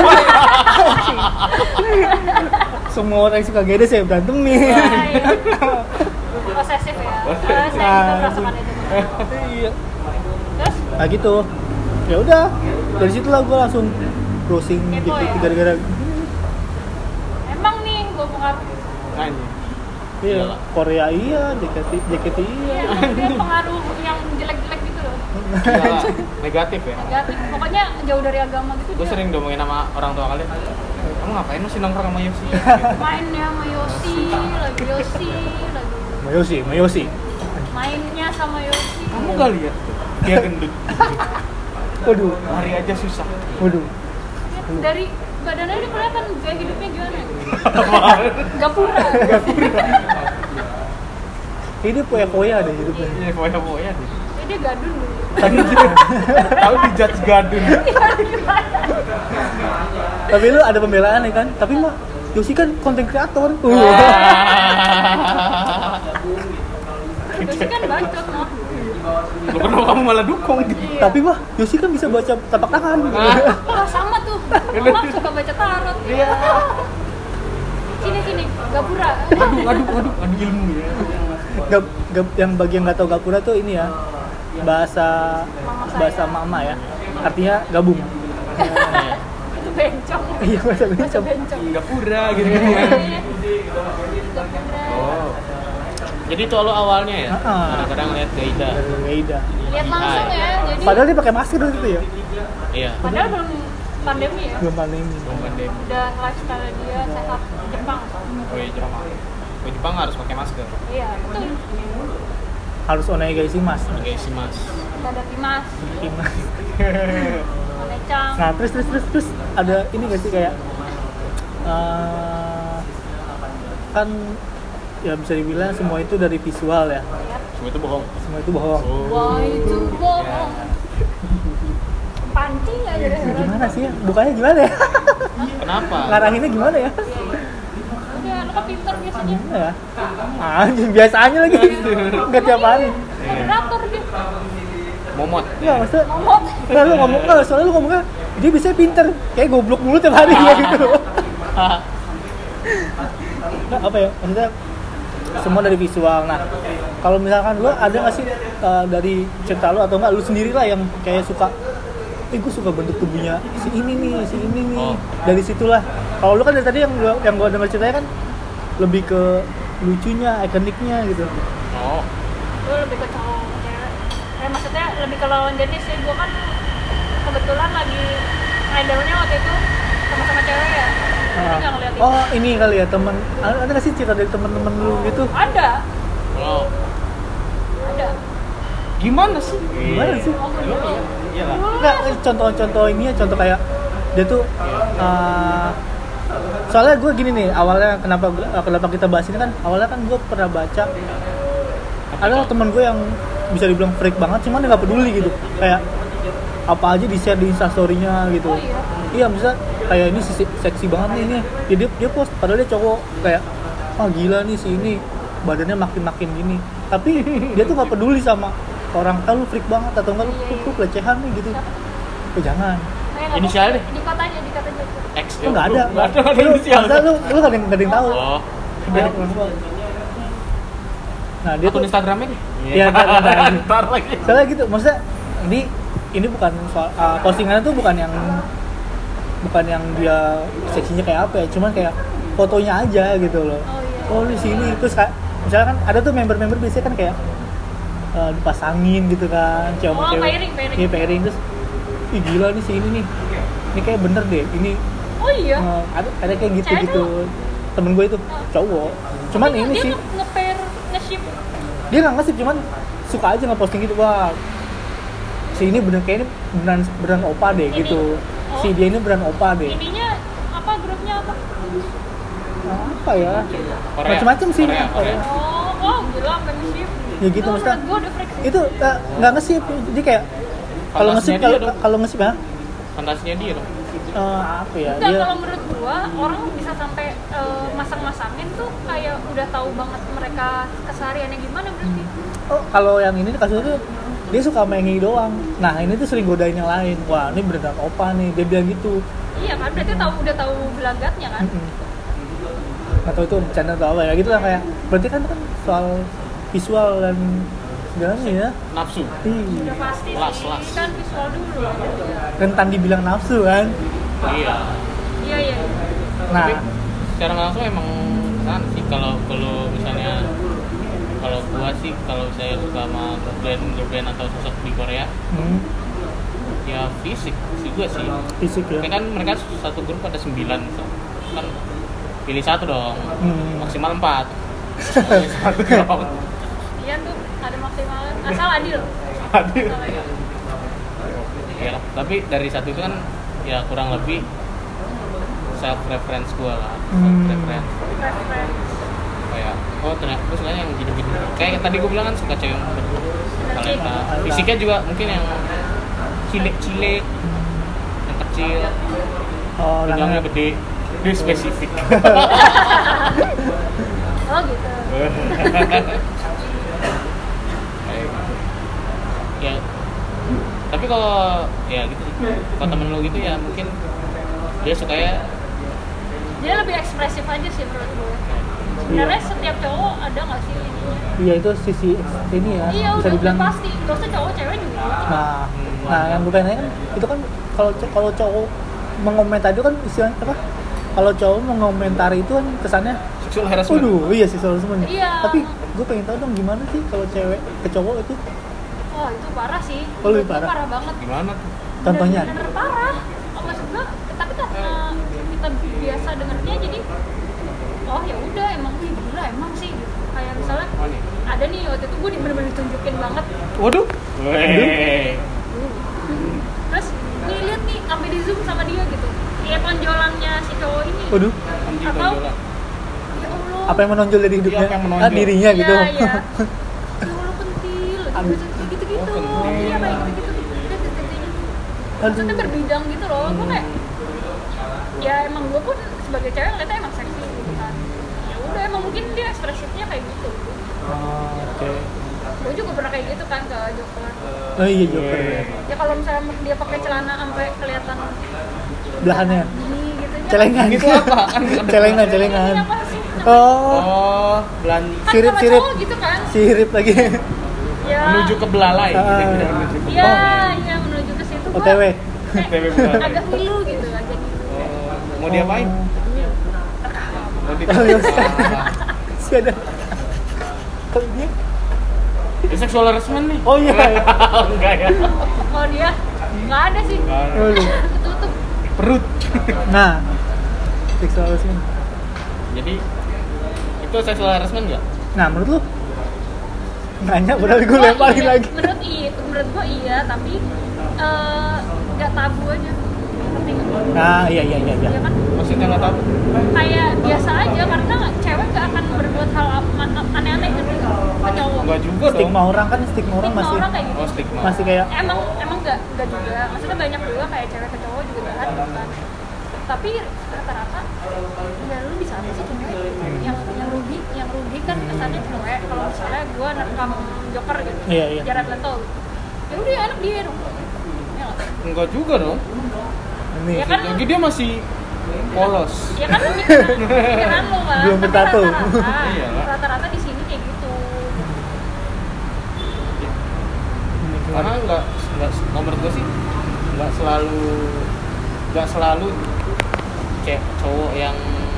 semua orang yang suka Gaida saya berantemin. Posesif ya. Eh, saya juga Ah, merasakan itu. Iya. Terus Nah gitu. Ya udah, dari situ lah gue langsung browsing Kepo J K T ya? gara-gara emang nih gue pengaruh. Anjing. iya, Iyalah. Korea iya, J K T J K T iya. Iya, dia pengaruh yang jelek-jelek gitu loh. Iyalah, negatif ya. Negatif. Pokoknya jauh dari agama gitu. Gue dia. sering diomongin sama orang tua kalian. Kamu ngapain lu sih nongkrong sama Yosi? Mainnya sama Yosi, lagi Yosi, lagi Mayosi, Mayosi. mainnya sama Yosi. Kamu gak lihat tuh? Dia gendut. Waduh, Lari aja susah. waduh. Ya, dari badannya udah kelihatan gaya hidupnya gimana. Gapura. Ini poya-poya deh hidupnya. Iya, foya-foya deh. Ya, dia gadun dulu. Tapi Tahu di judge gadun. tapi lu ada pembelaan ya kan? Tapi mah Yosi kan konten kreator. Uh. Yosi kan bacot mah. Lu kenapa kamu malah dukung gitu? Iya. Tapi mah Yosi kan bisa baca tapak tangan. Oh, sama tuh. Mama suka baca tarot. Iya. Sini sini, Gapura. Aduh, aduh, aduh, aduh ilmu ya. Gap, gap, yang bagi yang nggak tahu gapura tuh ini ya bahasa Mama saya. bahasa mama ya. Artinya gabung. Itu bencong. Iya bahasa Baca bencong. bencong. Enggak pura gitu-gitu. Iya. kan. Gapura. Oh. Jadi itu lo awalnya ya? Ah. Kadang-kadang lihat Gaida. Dari Gaida. Lihat langsung ya. Jadi Padahal dia pakai masker dulu itu ya. Iya. padahal belum pandemi ya. Belum pandemi. Belum pandemi. Udah lifestyle dia sehat Jepang. Oh iya Jepang. Oh Jepang harus pakai masker. Iya, betul. Harus onegaishimasu. Oke sih mas. Ada Dimas, Imas. Onecang. Nah terus terus terus terus ada ini nggak sih kayak eh, kan ya bisa dibilang semua itu dari visual ya. Semua itu bohong. Semua itu bohong. Wah itu bohong. Panci nggak ada. Gimana sih ya? Bukanya gimana ya? Kenapa? Ngarahinnya gimana ya? Udah, lo kan pinter biasanya. Gimana ya? Anjing biasanya lagi. Enggak tiap hari. Moderator dia. Momot. Enggak maksudnya Ngomong. Enggak lu ngomong enggak, soalnya lu ngomongnya dia biasanya pinter. Kayak goblok mulu tiap hari kayak gitu. Nah, apa ya? Maksudnya semua dari visual. Nah, kalau misalkan lu ada nggak sih uh, dari cerita lu atau enggak lu sendiri lah yang kayak suka eh gue suka bentuk tubuhnya si ini nih, si ini nih. Oh. Dari situlah. Kalau lu kan dari tadi yang gua, yang gua dengar ceritanya kan lebih ke lucunya, ikoniknya gitu. Oh. Gue lebih ke cowok cewek. Eh maksudnya lebih ke lawan jenis sih. Gue kan kebetulan lagi idolnya waktu itu sama-sama cewek ya. Jadi Ah. nggak ngeliat itu. Oh ini kali ya teman ada ada nggak sih cerita dari teman-teman lu gitu? Ada, Oh. ada. Gimana sih? Gimana sih? Oh, dulu. Iya lah. Dulu Nggak, contoh-contoh ini ya, contoh kayak dia tuh uh, Soalnya gue gini nih, awalnya kenapa kenapa kita bahas ini kan, awalnya kan gue pernah baca ada teman gue yang bisa dibilang freak banget, cuman dia nggak peduli gitu, kayak apa aja di share di instastorynya gitu. Oh, iya? Iya, bisa kayak ini sisi, seksi banget nih ini, ya, dia dia post padahal dia cowok, kayak ah gila nih si ini badannya makin-makin gini, tapi dia tuh nggak peduli sama orang, ah lu freak banget atau enggak lu Iya, lu, iya. lu pelecehan nih gitu. Oh, jangan. Kayak nggak Inisial apa-apa, deh. di kotanya di kotanya X Lu nggak ada, nggak ada nggak ada lu, inisial. masa lu lu nggak ada yang nggak ada yang tahu. Oh, Dia perempuan. Nah dia akun tuh Instagramnya nih. Iya, ntar, ntar, ntar. Ntar lagi. soalnya gitu, maksudnya ini ini bukan soal uh, postingannya tuh bukan yang bukan yang dia seksinya kayak apa ya, cuman kayak fotonya aja gitu loh. Oh, iya. Oh di sini terus kayak misalnya kan ada tuh member-member biasanya kan kayak uh, dipasangin gitu kan, cewek Oh, cewek. pairing, pairing. Iya, pairing terus ih gila nih si ini nih. Ini kayak bener deh. Ini Oh iya. uh, ada ada kayak gitu Cewek gitu. Temen gue itu cowok. Cuman Tapi ini dia sih nge- nge-pair, nge-ship. dia nggak ngasih, cuman suka aja ngeposting gitu, wah si ini bener kayak ini beneran beneran opa deh Ini- gitu. oh. Si dia ini beneran opa deh. Ininya apa, grupnya apa? Apa ya? Korea. Macam-macam sih. Korea, Korea. Oh, oh gila sampai nge-ship. Ya gitu, Itu maksudnya. menurut gua udah freak sih. Itu uh, nggak nge-ship, jadi kayak kalau nge-ship Fantasinya kalau dia dong. kalau nge-ship ya Fantasinya dia dong. uh, apa ya? Enggak, Dia kalau menurut gua orang bisa sampai eh, masang-masangin tuh kayak udah tahu banget mereka kesehariannya gimana berarti. oh kalau yang ini kasusnya tuh dia suka mengi doang. Nah ini tuh sering godain yang lain. Wah ini beneran opa nih, dia bilang gitu. Iya kan, berarti tahu udah tahu gelagatnya kan. Mm-mm. Nggak tahu itu bercanda atau apa ya gitu lah, kayak berarti kan kan soal visual dan segalanya ya. Nafsu. Ih, Udah pasti Las, sih, las. kan visual dulu. rentan dibilang nafsu kan. Iya. Iya iya. Nah, Tapi secara nggak langsung emang kan sih kalau kalau misalnya kalau gua sih kalau saya suka sama girl band girl band atau sosok di Korea hmm, ya fisik sih gua sih. fisik ya. Tapi kan mereka satu grup ada sembilan so. Kan pilih satu dong, Hmm. maksimal empat. Satu dong. Iya tuh ada maksimal asal adil. Adil. Asal adil. Ya, tapi dari satu itu kan ya kurang lebih self reference gua lah, self Hmm. reference. Preference. Kayak oh ternyata gue sukanya yang gini-gini. Kayak tadi gue bilang kan suka cewek yang bertalenta. Talenta. Fisiknya juga mungkin yang cilik-cilik, yang kecil, Oh, pinggangnya nah, gede, dia spesifik. Oh gitu. Kayak gitu. Ya, tapi kalau ya gitu sih. Kalau temen lu gitu ya mungkin dia sukanya Dia lebih ekspresif aja sih menurut gue. Sebenarnya setiap cowok ada nggak sih ininya? iya itu sisi ini ya, Iya bisa udah, dibilang. udah pasti. Gak usah cowok cewek juga. Nah, nah yang gue pengen nanya kan itu kan kalau co- kalau cowok mengomentari itu kan istilahnya apa? Kalau cowok mengomentari itu kan kesannya, seksual harassment. waduh, iya sih soal semuanya. Iya. Tapi gue pengen tahu dong gimana sih kalau cewek ke cowok itu Oh itu parah sih. Oh, lebih Menurut gue parah. parah banget. Gimana tuh? contohnya? Bener-bener parah. Oh, maksud gue, tapi karena kita biasa dengernya jadi oh ya udah emang wih gila emang sih gitu. Kayak misalnya Oh, nih. ada nih waktu itu gue bener-bener ditunjukin banget. Waduh, Weh. Terus nih lihat nih sampai di zoom sama dia gitu. Kayak tonjolannya si cowok ini. waduh, Anjing Atau- tonjolan. Ya Allah. apa yang menonjol dari hidupnya? Iya, apa yang menonjol? Ah, dirinya gitu. Iya, iya. Ya Allah pentil, Aduh. gitu-gitu. Oh, pentil. Iya kayak gitu-gitu. Udah titik-titiknya tuh. Aduh. Maksudnya berbidang gitu loh. Gue kayak ya emang gue pun sebagai cewek ngeliatnya emang seksi gitu kan. Ya udah emang mungkin dia ekspresifnya kayak gitu. Oh, oke. Gue juga pernah kayak gitu kan ke Joker. Oh iya Joker. Weh. Ya kalau misalnya dia pakai celana sampai kelihatan Belahannya. gini gitu ya. Celengan. Itu apa? celengan, celengan. Ini apa sih? Oh, Oh, belan Kan sirip, sama sirip. cowok gitu kan. sirip lagi. Ya. menuju ke belalai. Ah. Kira-kira menuju ke Iya, belalai. iya menuju ke situ. O T W. Kayak O T W belalai. agak ngilu gitu aja gitu. Oh, mau diapain? Mau di Oh, iya. Si ada. Kalau dia? Ya, sexual harassment nih. Oh iya. iya. Enggak ya. Kalau dia nggak ada sih. Waduh. Ketutup. Perut. Nah, sexual harassment. Jadi itu sexual harassment enggak? Nah, menurut lu? Nanya, padahal gue Gua lemparin iya, lagi. Menurut iya, menurut gua iya, tapi eh, nggak tabu aja. ngerti nggak? Nah iya iya iya iya Ya kan? Maksudnya nggak tabu? Kayak biasa aja karena cewek nggak akan berbuat hal ap- aneh-aneh gitu ke cowok. Nggak juga dong. stigma orang kan stigma orang Stigma masih orang kayak gitu. Oh, stigma. masih kayak Emang emang nggak nggak juga. Maksudnya banyak juga kayak cewek ke cowok juga jahat gitu kan. Tapi rata-rata ya lu bisa apa sih cewek yang yang rugi yang rugi kan kesannya cewek. Kalau misalnya gue rekam Joker gitu, Iya, iya. Jared Leto, ya udah enak dia dong. Ya nggak? Enggak juga dong. ini Ya kan? Jadi dia masih polos. Ya kan lu pikiran, pikiran lu kan. Belum Tapi bertato. Rata-rata, Iya lah. rata-rata di sini kayak gitu. Karena nggak nggak kalau menurut gue sih nggak selalu nggak selalu cewek cowok yang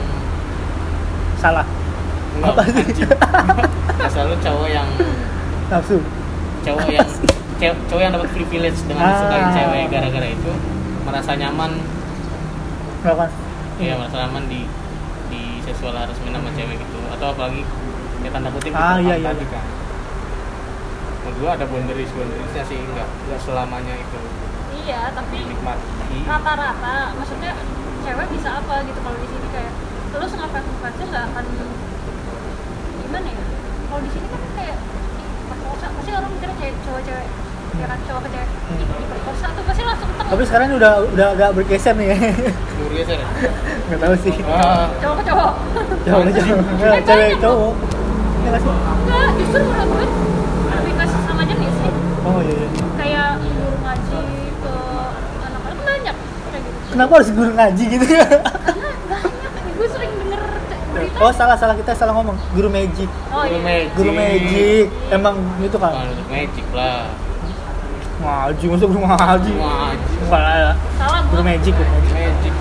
salah nggak Apa sih? anjing. Nggak selalu cowok yang nafsu cowok yang cewek, cowok yang dapat privilege dengan Ah. disukai cewek gara-gara itu merasa nyaman melakukan ya merasa nyaman di di seksual harassment sama cewek gitu atau apalagi ya tanda kutip Ah, itu iya, kan iya. tadi kan menurut gua ada boundaries boundariesnya sih nggak nggak selamanya itu Iya, tapi dinikmati. rata-rata maksudnya cewek bisa apa gitu kalau di sini kayak lu ngefans fansnya nggak akan gimana ya? Kalau di sini kan kayak diperkosa pasti orang mikirnya cewek cowok-cewek ya kan cowok ke cewek ih, diperkosa tuh pasti langsung ketemu tapi sekarang udah udah agak bergeser nih Dulu geser ya? nggak tahu sih Ah, cowok ke cowok. cowok cowok nggak Eh, cewek banyak cowok ya nggak sih Enggak, justru menurut gue lebih kasih sama jenis sih. oh iya iya Kayak guru ngaji ke anak-anak banyak kayak gitu. kenapa harus guru ngaji gitu Karena banyak, gue sering denger berita. oh salah salah kita salah ngomong guru magic Oh Guru iya. magic. guru magic emang itu kan bukan untuk magic lah. ngaji masa guru ngaji Ngaji. salah Salah guru gue. magic guru magic Magic.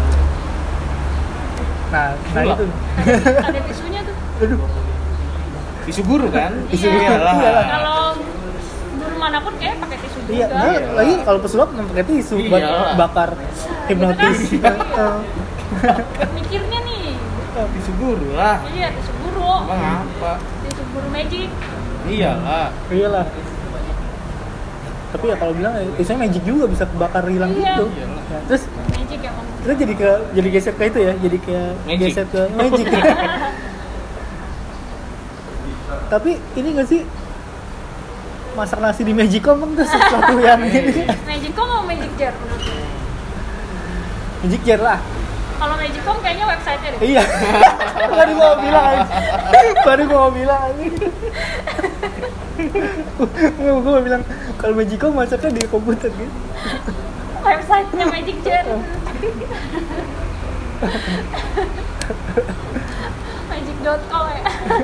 nah nah Sulap. itu Ada, ada tisunya tuh. aduh Tisu guru kan? Tisu Iya. guru, Iyalah. iyalah. Kalau guru manapun kayak pakai tisu juga. iya nah, Iyalah. lagi kalau pesulap nggak pakai tisu buat Iyalah. bakar hipnotis Gitu Heeh. Mikirnya nih, Tisu guru lah. iya tisu guru, Emang apa? tisu guru magic. Iyalah. iyalah tapi ya kalau bilang ya, tisunya magic juga bisa kebakar hilang Iya. gitu Iyalah. ya, terus Magic emang. kita jadi ke jadi geser ke itu ya jadi ke Magic. geser ke magic tapi ini nggak sih masak nasi di Magicom tuh sesuatu yang ini Magicom mau Magic Jar menurut lu? Magic Jar lah Kalau Magicom kayaknya website-nya deh. iya baru gua mau bilang aja baru gua mau bilang aja gua gua mau bilang kalau Magicom masaknya di komputer gitu Website-nya Magic Jar. magic dot com ya.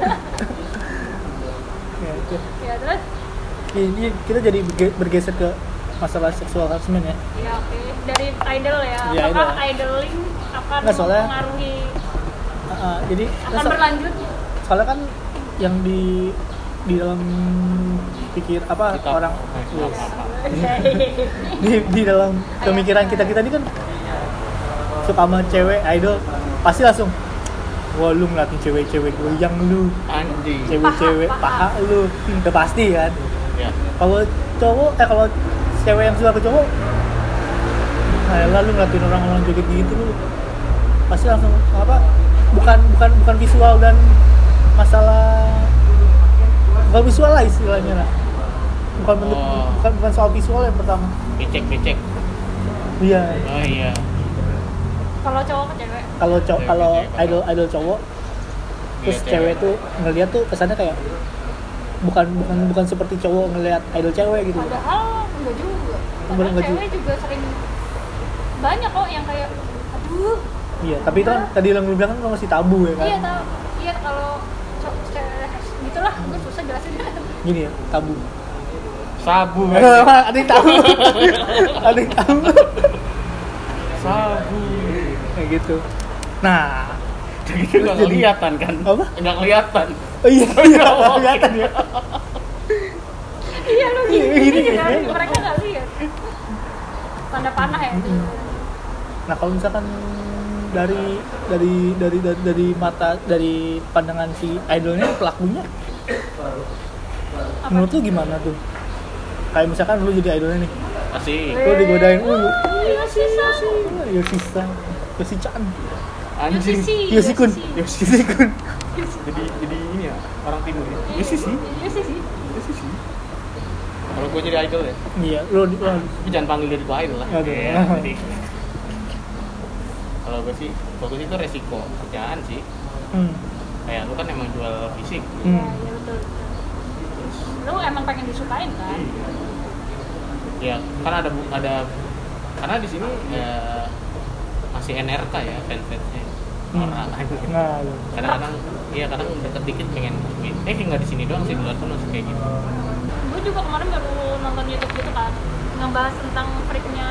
ya, itu. Ya terus Ini kita jadi berge- bergeser ke masalah seksual harassment ya. ya oke dari idol ya. Iya, Apakah idol. idling akan Nggak, soalnya- mempengaruhi Uh, uh, jadi akan so- berlanjut? soalnya kan yang di di dalam pikir apa Kita- orang Eh, apa-apa. di, di dalam pemikiran kita kita ini kan suka sama cewek idol pasti langsung wah lu ngeliatin cewek-cewek goyang lu Anjing. cewek-cewek Paha, paha, lu udah pasti kan Ya. kalau cowok eh kalau cewek yang suka ke cowok nah lu ngeliatin orang-orang joget gitu lu pasti langsung apa bukan bukan bukan visual dan masalah bukan visual lah istilahnya lah bukan bentuk Oh. bukan bukan soal visual yang pertama Becek becek. iya Oh iya. Kalau cowok ke cewek. kalau cowok Cewek, kalau cewek. idol idol cowok terus Iya, cewek cewek. tuh ngeliat tuh kesannya kayak bukan bukan bukan seperti cowok ngeliat idol cewek gitu Padahal enggak juga. Bener, Padahal enggak cewek juga sering banyak kok yang kayak aduh. iya tapi itu kan tadi yang lu bilang kan masih tabu ya kan Iya tahu. Iya kalau cowok cewek gitulah gue susah jelasin. gini ya tabu Sabu kan. ada yang tahu ada yang tahu Sabu. kayak gitu nah Gitu nggak Jadi- kelihatan kan? Apa? Nggak kelihatan. oh iya iya kelihatan ya Iya lu gini, Gini, gini, gini. kan mereka nggak lihat. Panah-panah ya. nah kalau misalkan dari dari dari dari, dari mata dari pandangan si idolnya pelakunya Apa? menurut lu gimana tuh kayak misalkan lu jadi idolnya nih Asik. Lo digodain mulu. Yoshi-san. Yoshi-san, Yoshi-chan, Anjing. Yoshi-kun, Yoshi. Yoshi-kun. Jadi jadi ini ya orang timur ya. Yoshi sih. Yoshi sih. Yoshi sih. Kalau gue jadi idol ya. Iya, lo di lo. Tapi jangan panggil dari gue idol lah. Aduh. Iya, jadi. Kalau gue sih fokus itu resiko kerjaan sih. Hmm. Kayak lu kan emang jual fisik. Hmm. Iya betul. Lu emang pengen disukain kan? Ya, kan ada bu- ada karena di sini ya, masih N R K ya fans-fansnya. Hmm. Orang aja. Nah, lo. Kadang-kadang iya kadang deket dikit pengen eh nggak di sini doang sih, di luar pun masih kayak gitu. Gue juga kemarin baru nonton YouTube gitu kan, ngebahas tentang freaknya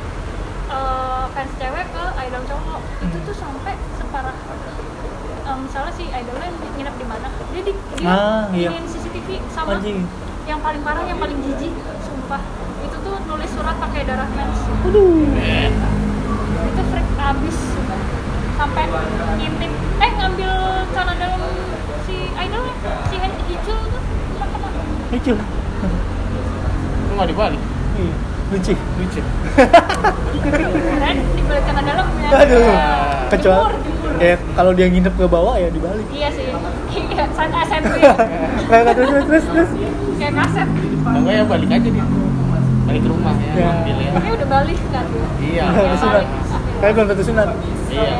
uh, fans cewek ke idol cowok. Itu tuh sampai separah um, misalnya si idolnya nginep di mana, dia di dia Ah, iya. iniin C C T V sama Anjing. yang paling parah, yang paling jijik, sumpah. Itu tuh nulis surat pakai darah mens. Aduh. Eh, Itu freak abis, sumpah. Sampai ngintip, eh ngambil celana dalam si idolnya, si Hijul tuh. Lucu. lu nggak dibalik. Iya, lucu. Lucu. Keren dibalik celana dalam ya. Aduh. Ya, Kecuali jemur, jemur. ya kalau dia nginep ke bawah ya dibalik. Iya sih, iya, saat S M P ya, Kayak terus terus terus terus. kayak kaset. Enggak ya balik aja dia. Balik ke rumah ya, Ya. ambil ya. Tapi udah balik kan dia. Iya. Belum sunat. Kayak belum tentu sunat. Iya.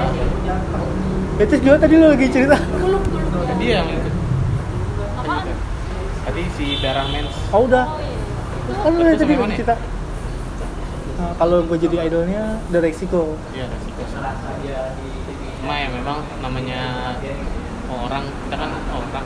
Itu juga tadi lo lagi cerita. Belum, belum ya. Dia yang itu. Apaan? Tadi si darah mens. Oh udah. Oh iya. Kan lo Itu tadi sampai mana ya? cerita. Nah, kalau gue jadi idolnya The Resiko. Iya, resiko. Cuma ya memang namanya orang, kita kan orang.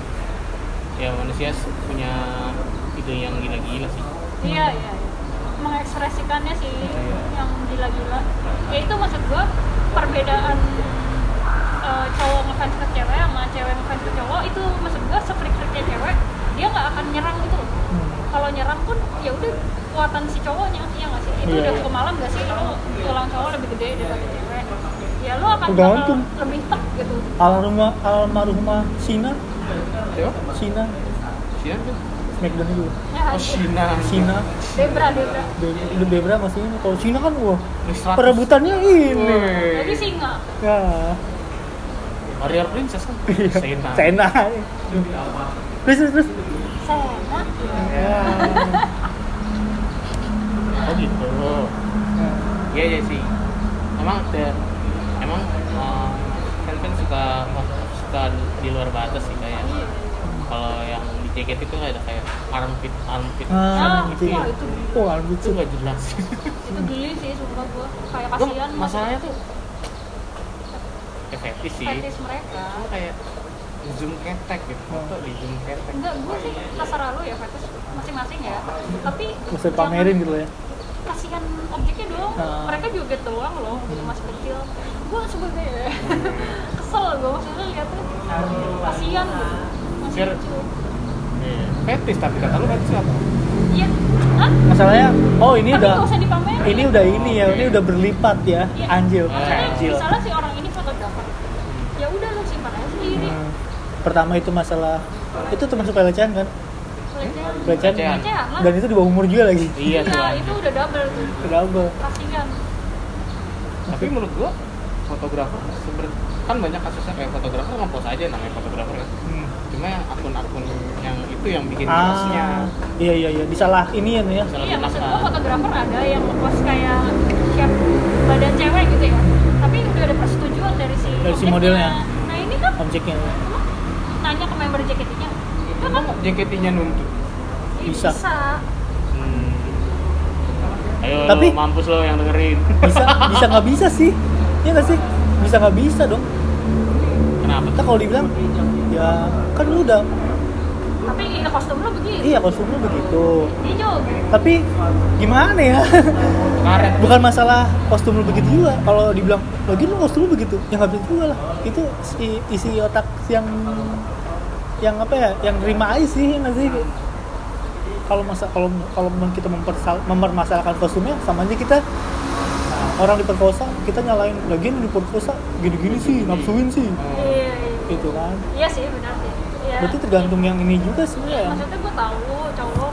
Ya manusia punya ide yang gila-gila sih. Iya, iya, iya. Mengekspresikannya sih yang gila-gila. Ya itu maksud gua perbedaan uh, cowok ngefans ke cewek sama cewek ngefans ke cowok itu maksud gua se-freak-freaknya cewek dia nggak akan nyerang gitu loh. Hmm. Kalau nyerang pun ya udah kekuatan si cowoknya, ya nggak sih? Itu Iya, udah iya. kemalam nggak sih lo tulang cowok lebih gede daripada cewek? Ya lo akan Tergantung. bakal lebih tek gitu. Almarhumah almarhumah Sina, Yo, Sina, siapa tuh? Smackdown itu. Ya, Oh, Shina. Sina, Debra, Debra. Be- udah Debra masih ini. Kalau Sina kan wah Miss seratus. perebutannya ini. Jadi singa. Ya. Warrior Princess kan? Sena. Sena. Terus terus terus. Sena. Ya. Oh gitu. Iya iya sih. Emang ada, emang uh, fans-fans suka suka di luar batas sih kayak. Kalau yang di J K T itu ada kayak armpit armpit Ah, Ah, gitu ya. wah itu Oh, album Itu nggak jelas. itu geli sih sumpah gua. Kayak Gua kasihan masalahnya tuh ya fetish sih. fetis mereka. Cuma kayak zoom ketek gitu, foto di zoom ketek. Enggak, gue sih terserah lu ya fetis masing-masing ya. Tapi Mesti pamerin gitu ya. kasihan objeknya doang. Ah. Mereka joget doang loh, gitu masih kecil. Gue sebagai kesel gue maksudnya lihatnya kasihan gitu. Masih Biar- kecil. Iya. Fetish tapi kata lu fetish apa? Iya. Hah? Masalahnya, oh ini Tapi udah nggak usah dipamerin. ini udah ini ya, ini udah berlipat ya, Iya. anjil. Maksudnya Anjil. misalnya si orang ini fotografer. Ya udah lu simpan aja sendiri. Hmm. Pertama itu masalah itu termasuk pelecehan kan? Pelecehan. Pelecehan. Pelecehan. Pelecehan lah. Dan itu di bawah umur juga lagi. Iya tuh. Nah, itu udah double tuh. Double. Kasihan. Tapi menurut gua fotografer sebenarnya kan banyak kasusnya kayak fotografer nge-post aja namanya fotografer kan. Hmm. Cuma yang akun-akun yang itu yang bikin jelasnya. Ah, iya iya iya, disalah ini ya. Salah Iya, maksud gunakan. gua fotografer ada yang ngepost kayak siap badan cewek gitu ya. Tapi udah ada persetujuan dari si Dari si objeknya. modelnya. Nah, ini kan Objeknya. nanya ke member J K T-nya. Itu kan J K T-nya nuntut. ya Bisa. bisa. Hmm. Ayo Tapi- lu, mampus lo yang dengerin. Bisa bisa nggak bisa sih? Iya nggak sih? Bisa nggak bisa dong. Kenapa? Kita kalau dibilang ya kan lu udah Tapi ya kostum lu begitu. iya kostum lu begitu. Dia joget. Tapi gimana ya? Karet. Bukan masalah kostum lu begitu juga. Kalau dibilang lagi lu kostum lu begitu, ya nggak bisa juga lah. Itu si, isi otak yang yang apa ya? Yang terima aja sih, ya nggak sih? Kalau masa kalau kalau memang kita mempersal, mempermasalahkan kostumnya, sama aja kita orang diperkosa, kita nyalain lagi yang diperkosa gini-gini sih, nafsuin sih, Iya, iya. gitu kan. Iya sih, benar sih. Iya. Berarti tergantung yang ini juga sih Iya, ya. maksudnya gue tahu cowok pasti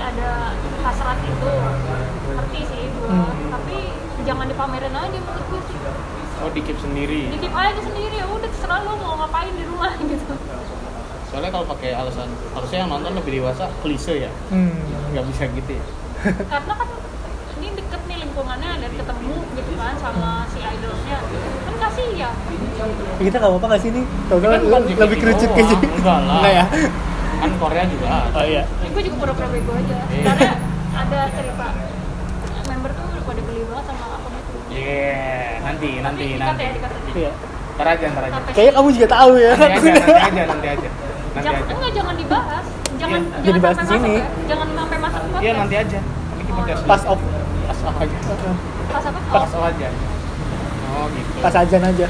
ada hasrat itu, ngerti sih gue, Hmm. tapi jangan dipamerin aja menurut gue sih. Oh, dikip sendiri. Dikip aja sendiri, ya udah terserah lo mau ngapain di rumah gitu. Soalnya kalau pakai alasan harusnya yang nonton lebih dewasa, klise ya. Hmm. Nggak bisa gitu ya. Karena kan ini deket nih lingkungannya dan ketemu gitu kan sama si idolnya, kan kasih ya. Kita nggak apa-apa nggak sih nih? Tau Kan kan bukan lebih J K T kerucut doang, kayaknya. enggak lah. Enggak ya? Kan Korea juga ada. Oh iya. Ya, gue juga pura-pura bego aja. Iya. Karena ada cerita member tuh pada geli banget sama akun itu. Yeah, nanti nanti Tapi dikat nanti. ya, dikat ya. Iya. Ntar aja, ntar aja. Sampai Kayaknya kamu juga tahu ya. Nanti aja, nanti aja, nanti aja. Nanti jangan, aja. enggak, jangan dibahas. Jangan, Iya. jangan Jadi bahas sampai di sini. masuk ya. Jangan sampai masuk podcast. Iya, nanti aja. Nanti kita bahas. Pas off. Pas off aja. Pas apa? Pas Oh, off aja. Oh, gitu. Pas ajan aja.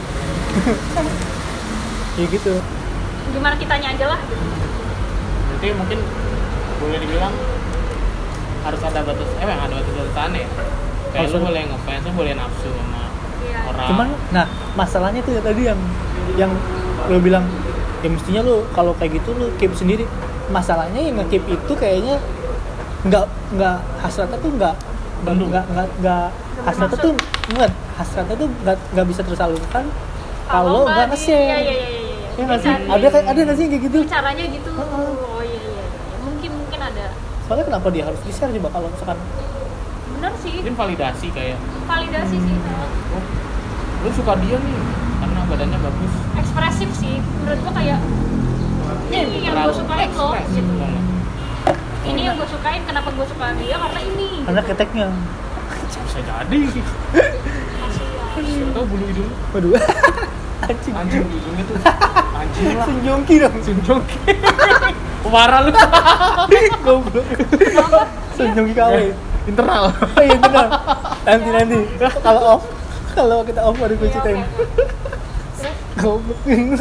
Ya gitu. gimana kitanya aja lah. Berarti mungkin boleh dibilang harus ada batas, eh memang ada batas-batasannya ya. Kayak Harus lu ada. boleh ngefans, lu boleh nafsu sama Iya. orang. Cuman, nah masalahnya tuh ya tadi yang yang lo bilang ya mestinya lo kalau kayak gitu lo keep sendiri. Masalahnya yang nge-keep itu kayaknya nggak nggak hasratnya tuh nggak Bendung. nggak nggak nggak hasratnya tuh nggak hasratnya tuh nggak nggak bisa tersalurkan kalau nggak di- nge-share. Iya, iya, iya, iya, iya. Ya nggak sih? Bisa Ada di- kayak ada nggak sih kayak gitu? caranya gitu. Heeh. Oh iya, iya, iya. Mungkin mungkin ada. Soalnya kenapa dia harus di-share coba kalau misalkan Bener sih. Mungkin validasi kayak, Validasi sih. oh, lu suka dia nih karena badannya bagus. Ekspresif sih. Menurut gua kayak ini yang Terlalu gue sukain loh. ekspresif Gitu. banget. Ini yang gue sukain. Kenapa gue suka dia? Karena ini. karena keteknya. Bisa jadi. Siapa tahu bulu hidung. Waduh. Anjing. Anjing bulu hidungnya tuh. Anjing lah. Senjongki dong. Senjongki. Parah lu. Goblok. Senjongki kawe. Internal. Oh iya benar. Nanti nanti kalau off kalau kita off baru gue Iya, ceritain. oke, oke. Terus Goblok.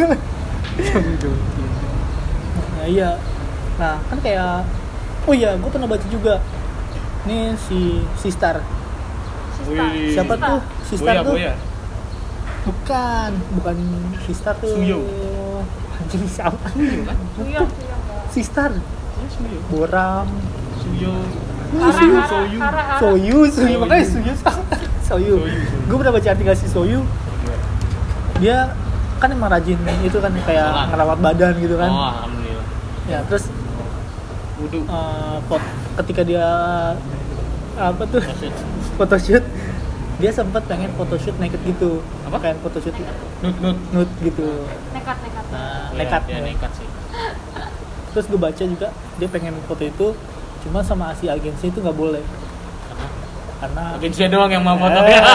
Nah iya. Nah kan kayak oh iya gue pernah baca juga. Nih si Sistar. Sista. Wih. Siapa tuh? Sistar Boya, tuh. Boya. Bukan, bukan Sistar tuh. Suyo. Anjing siapa? Suyo kan? Iya, iya. Sistar. Oh, Suyo. Boram. Suyo. Hara, Suyo. hara, Soyu. hara, hara. Soyu, Soyu, Soyu. makanya Soyu Soyu. Soyu. Gue pernah baca artikel si Soyu. Dia kan emang rajin itu kan kayak Sholat. ngerawat badan gitu kan. Oh, alhamdulillah. Ya terus Wudu. eh, pot- ketika dia apa tuh Maksud. photoshoot, dia sempat pengen photoshoot naked gitu. Apa? Pengen photoshoot Nut, nut. nude gitu. Nekat, nekat. Nah, Iya, nekat. iya, nekat sih. Terus gue baca juga dia pengen foto itu, cuma sama si agensi itu nggak boleh Karena karena. agensinya doang yang mau foto Eh. dia.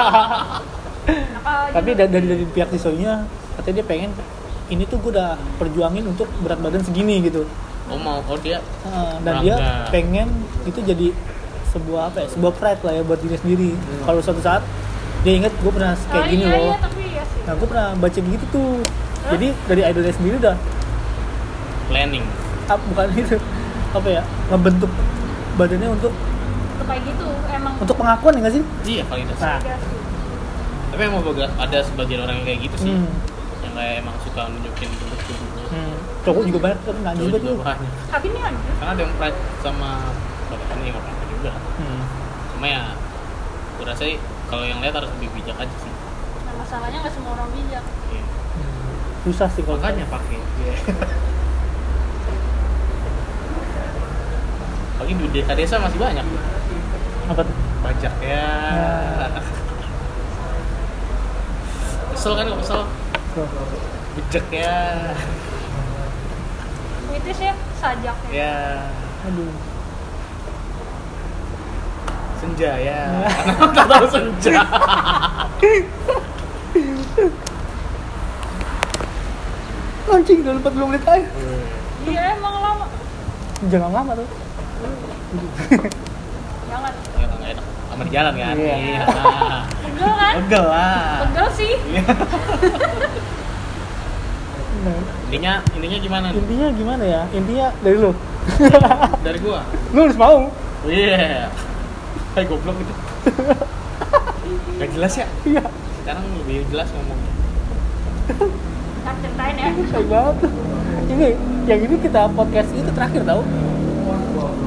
Apa Tapi gitu? dari, dari dari pihak si Soyunya katanya dia pengen ini tuh gue udah perjuangin untuk berat badan segini gitu. Oh mau, oh dia. Uh, dan dia Bangga. pengen itu jadi sebuah apa ya, sebuah pride lah ya buat dirinya sendiri. Hmm. Kalau suatu saat dia inget gue pernah kayak Oh, gini iya, loh. iya, tapi iya sih. Nah gue pernah baca gitu tuh. Jadi dari idolnya sendiri udah Planning. ah, bukan itu apa ya ngebentuk badannya untuk Untuk kayak gitu, emang untuk pengakuan ya nggak sih? Iya validasi. Nah. validasi. Tapi emang baga- ada sebagian orang yang kayak gitu sih. Hmm. Yang kayak emang suka nunjukin bentuk tubuhnya. Hmm. Cowok juga banyak kan nggak Cowok juga juga tuh. banyak. Tapi ini aja. Karena ada yang pride sama badan yang apa juga. Hmm. Cuma ya, gue rasa sih kalau yang lihat harus lebih bijak aja sih. Nah, masalahnya nggak semua orang bijak. Iya. Susah sih kalau Makanya pakai. Iya. Pagi di desa desa masih banyak apa tuh? pajak ya. Ya. Kesel kan kok kesel. Tuh. Bijak ya. Puitis ya, sajak ya. Ya. Aduh. Senja ya. Karena nggak tahu senja. Anjing udah empat puluh menit aja. Iya emang lama. Jangan lama tuh. Jangan. Ya nggak enak. Sama di jalan kan. Iya. Iya. Pegel kan? Pegel lah. Pegel sih. Iya. Nah, Intinya intinya gimana? nih? intinya gimana ya? Intinya dari lo. Dari gua. Lu harus mau. Iya. Hai goblok itu. Gak jelas ya? Iya. Sekarang lebih jelas ngomongnya. Ntar ceritain ya. Baik banget. Ini yang ini kita podcast itu terakhir tau?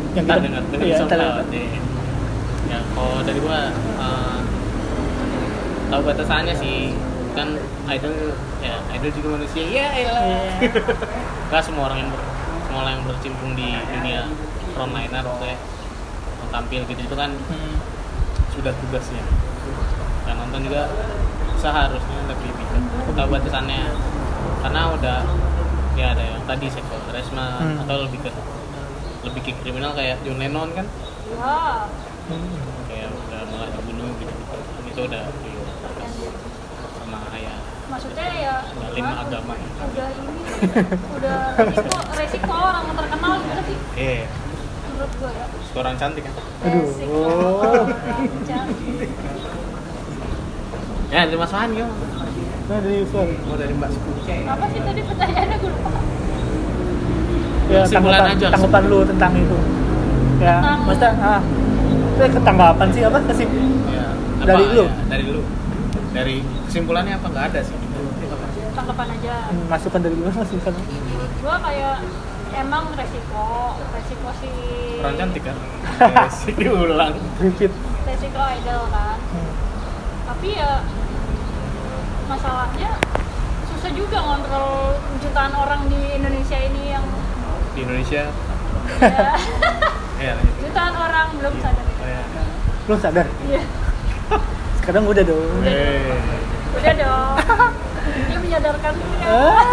yang Ntar kita denger denger iya, di ntar SoundCloud deh. Ya kalau dari gua uh, tahu batasannya sih, kan idol ya idol juga manusia ya elah. Gak semua orang yang ber, semua orang yang bercimpung di dunia frontliner maksudnya mau tampil gitu itu kan hmm. sudah tugasnya. Dan nonton juga seharusnya lebih bijak tahu batasannya, karena udah ya ada yang tadi seksual harassment hmm. atau lebih ke lebih ke kriminal kayak John Lennon kan Wah, Hmm. kayak udah mulai dibunuh gitu, itu udah sama ya maksudnya ya ngalin gimana? agama. Udah ini, udah resiko, resiko orang terkenal gitu sih Eh, menurut gue ya. seorang cantik kan? Aduh. Resiko orang cantik. Ya, dari Mas Fahmi ya. Nah dari Yusuf Mau dari Mbak Sukuce. Apa sih tadi pertanyaannya gue lupa. ya Kesimpulan tanggapan, aja. tanggapan lu tentang itu ya Tentang- maksudnya ah itu ketanggapan sih apa kesip Ya, Dari apa, lu? ya, dari lu. Dari kesimpulannya apa nggak ada sih? Tanggapan aja. hmm, masukan dari lu masukan Menurut gue kayak emang resiko, resiko si Orang cantik kan? Eh, sih diulang. repeat resiko idol kan. hmm. Tapi ya masalahnya susah juga ngontrol jutaan orang di Indonesia ini yang Di Indonesia. ya, Ya, lanjut. jutaan orang belum sadar Oh, ya. ya. lu sadar Iya, sekarang udah dong Eh, udah dong. Dia menyadarkan ya.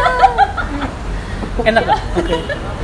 enak kan? Oke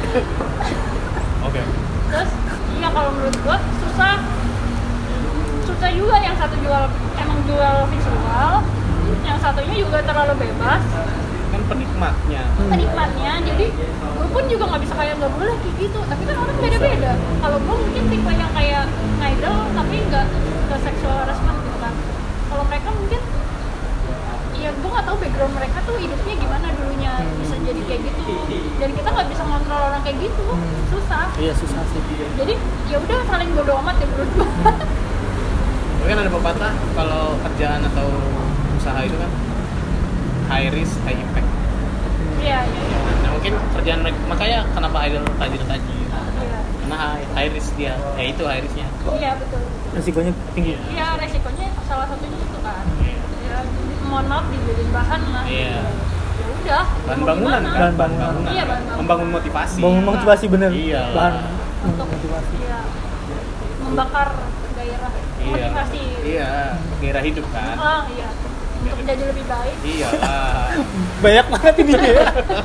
Oke. Terus iya kalau menurut gua susah susah juga, yang satu jual emang jual visual, yang satunya juga terlalu bebas Kan penikmatnya. Hmm. penikmatnya. Jadi gue pun juga nggak bisa kayak nggak boleh kayak gitu, tapi kan orang beda-beda. Kalau gue mungkin tipe yang kayak idol tapi nggak ke seksual harassment gitu kan. Kalau mereka mungkin ya gue nggak tahu background mereka tuh hidupnya gimana dulunya bisa jadi kayak gitu, dan kita nggak bisa ngontrol orang kayak gitu. Hmm. Susah. iya susah sih Jadi ya udah saling bodo amat ya menurut gue. Tapi kan ada pepatah kalau kerjaan atau usaha itu kan high risk high impact. Iya iya iya. Nah mungkin kerjaan mereka, makanya kenapa idol tajir-tajir, Iya karena high, high risk dia, ya itu high risknya. iya betul. resikonya tinggi Iya resikonya salah satunya itu kan. Ya mohon maaf dijadiin bahan lah. Iya. Ya udah. Bahan mau bangunan gimana? kan, Bahan bahan bangunan. bangunan, Iya, bahan bangunan. membangun motivasi. bangun motivasi bener Iya. bahan Untuk motivasi Iya. Membakar gairah Iya. motivasi. Iya, gairah hidup kan. Ah iya. Untuk jadi lebih baik. Iya lah. banyak banget ini ya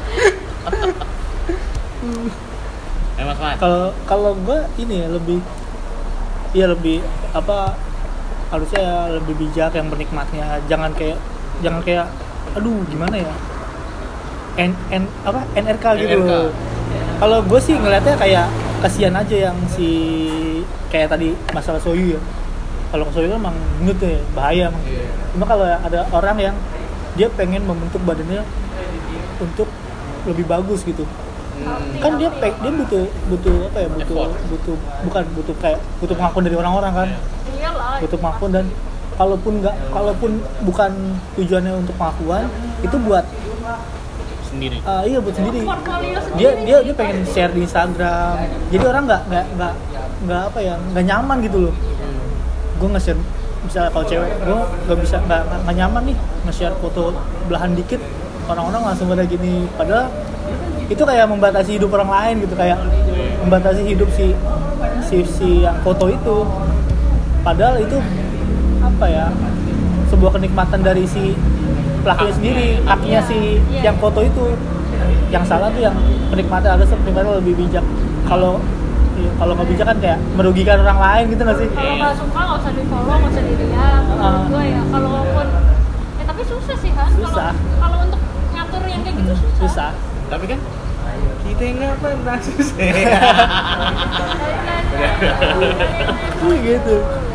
Eh Mas Mat. kalau kalau gue ini ya lebih ya lebih apa harusnya lebih bijak yang penikmatnya, jangan kayak jangan kayak aduh gimana ya N N apa N R K gitu N R K. loh. Kalau gue sih ngeliatnya kayak kasihan aja yang si kayak tadi masalah Soyu ya. Kalau Soyu kan emang gendut ya, bahaya emang. Iya. Cuma kalau ada orang yang dia pengen membentuk badannya untuk lebih bagus gitu, Hmm. kan dia pe- dia butuh butuh apa ya butuh Effort. butuh bukan butuh kayak butuh pengakuan dari orang-orang kan, Iyalah. butuh pengakuan. Dan kalaupun nggak kalaupun bukan tujuannya untuk pengakuan, itu buat Sendiri. uh, iya buat sendiri. Portfolio sendiri. Dia dia dia pengen share di Instagram, jadi orang nggak nggak nggak nggak apa ya nggak nyaman gitu loh. Hmm. Gue nge-share misalnya kalau cewek, gue nggak bisa nggak nggak nyaman nih nge-share foto belahan dikit, orang-orang langsung pada gini, padahal itu kayak membatasi hidup orang lain gitu, kayak membatasi hidup si si si yang foto itu, padahal itu apa ya sebuah kenikmatan dari si pelakunya sendiri, haknya si Iya. yang foto itu. Yang salah tuh yang penikmatnya, harusnya penikmatnya lebih bijak. Kalau iya, kalau nggak bijak kan kayak merugikan orang lain gitu nggak sih? Kalau nggak suka nggak usah di follow, nggak usah dilihat. Menurut Ah. gue ya, kalaupun ya tapi susah sih kan. Kalau Susah. kalau untuk ngatur yang kayak gitu susah. Susah. Tapi kan kita nggak pernah susah. Gitu.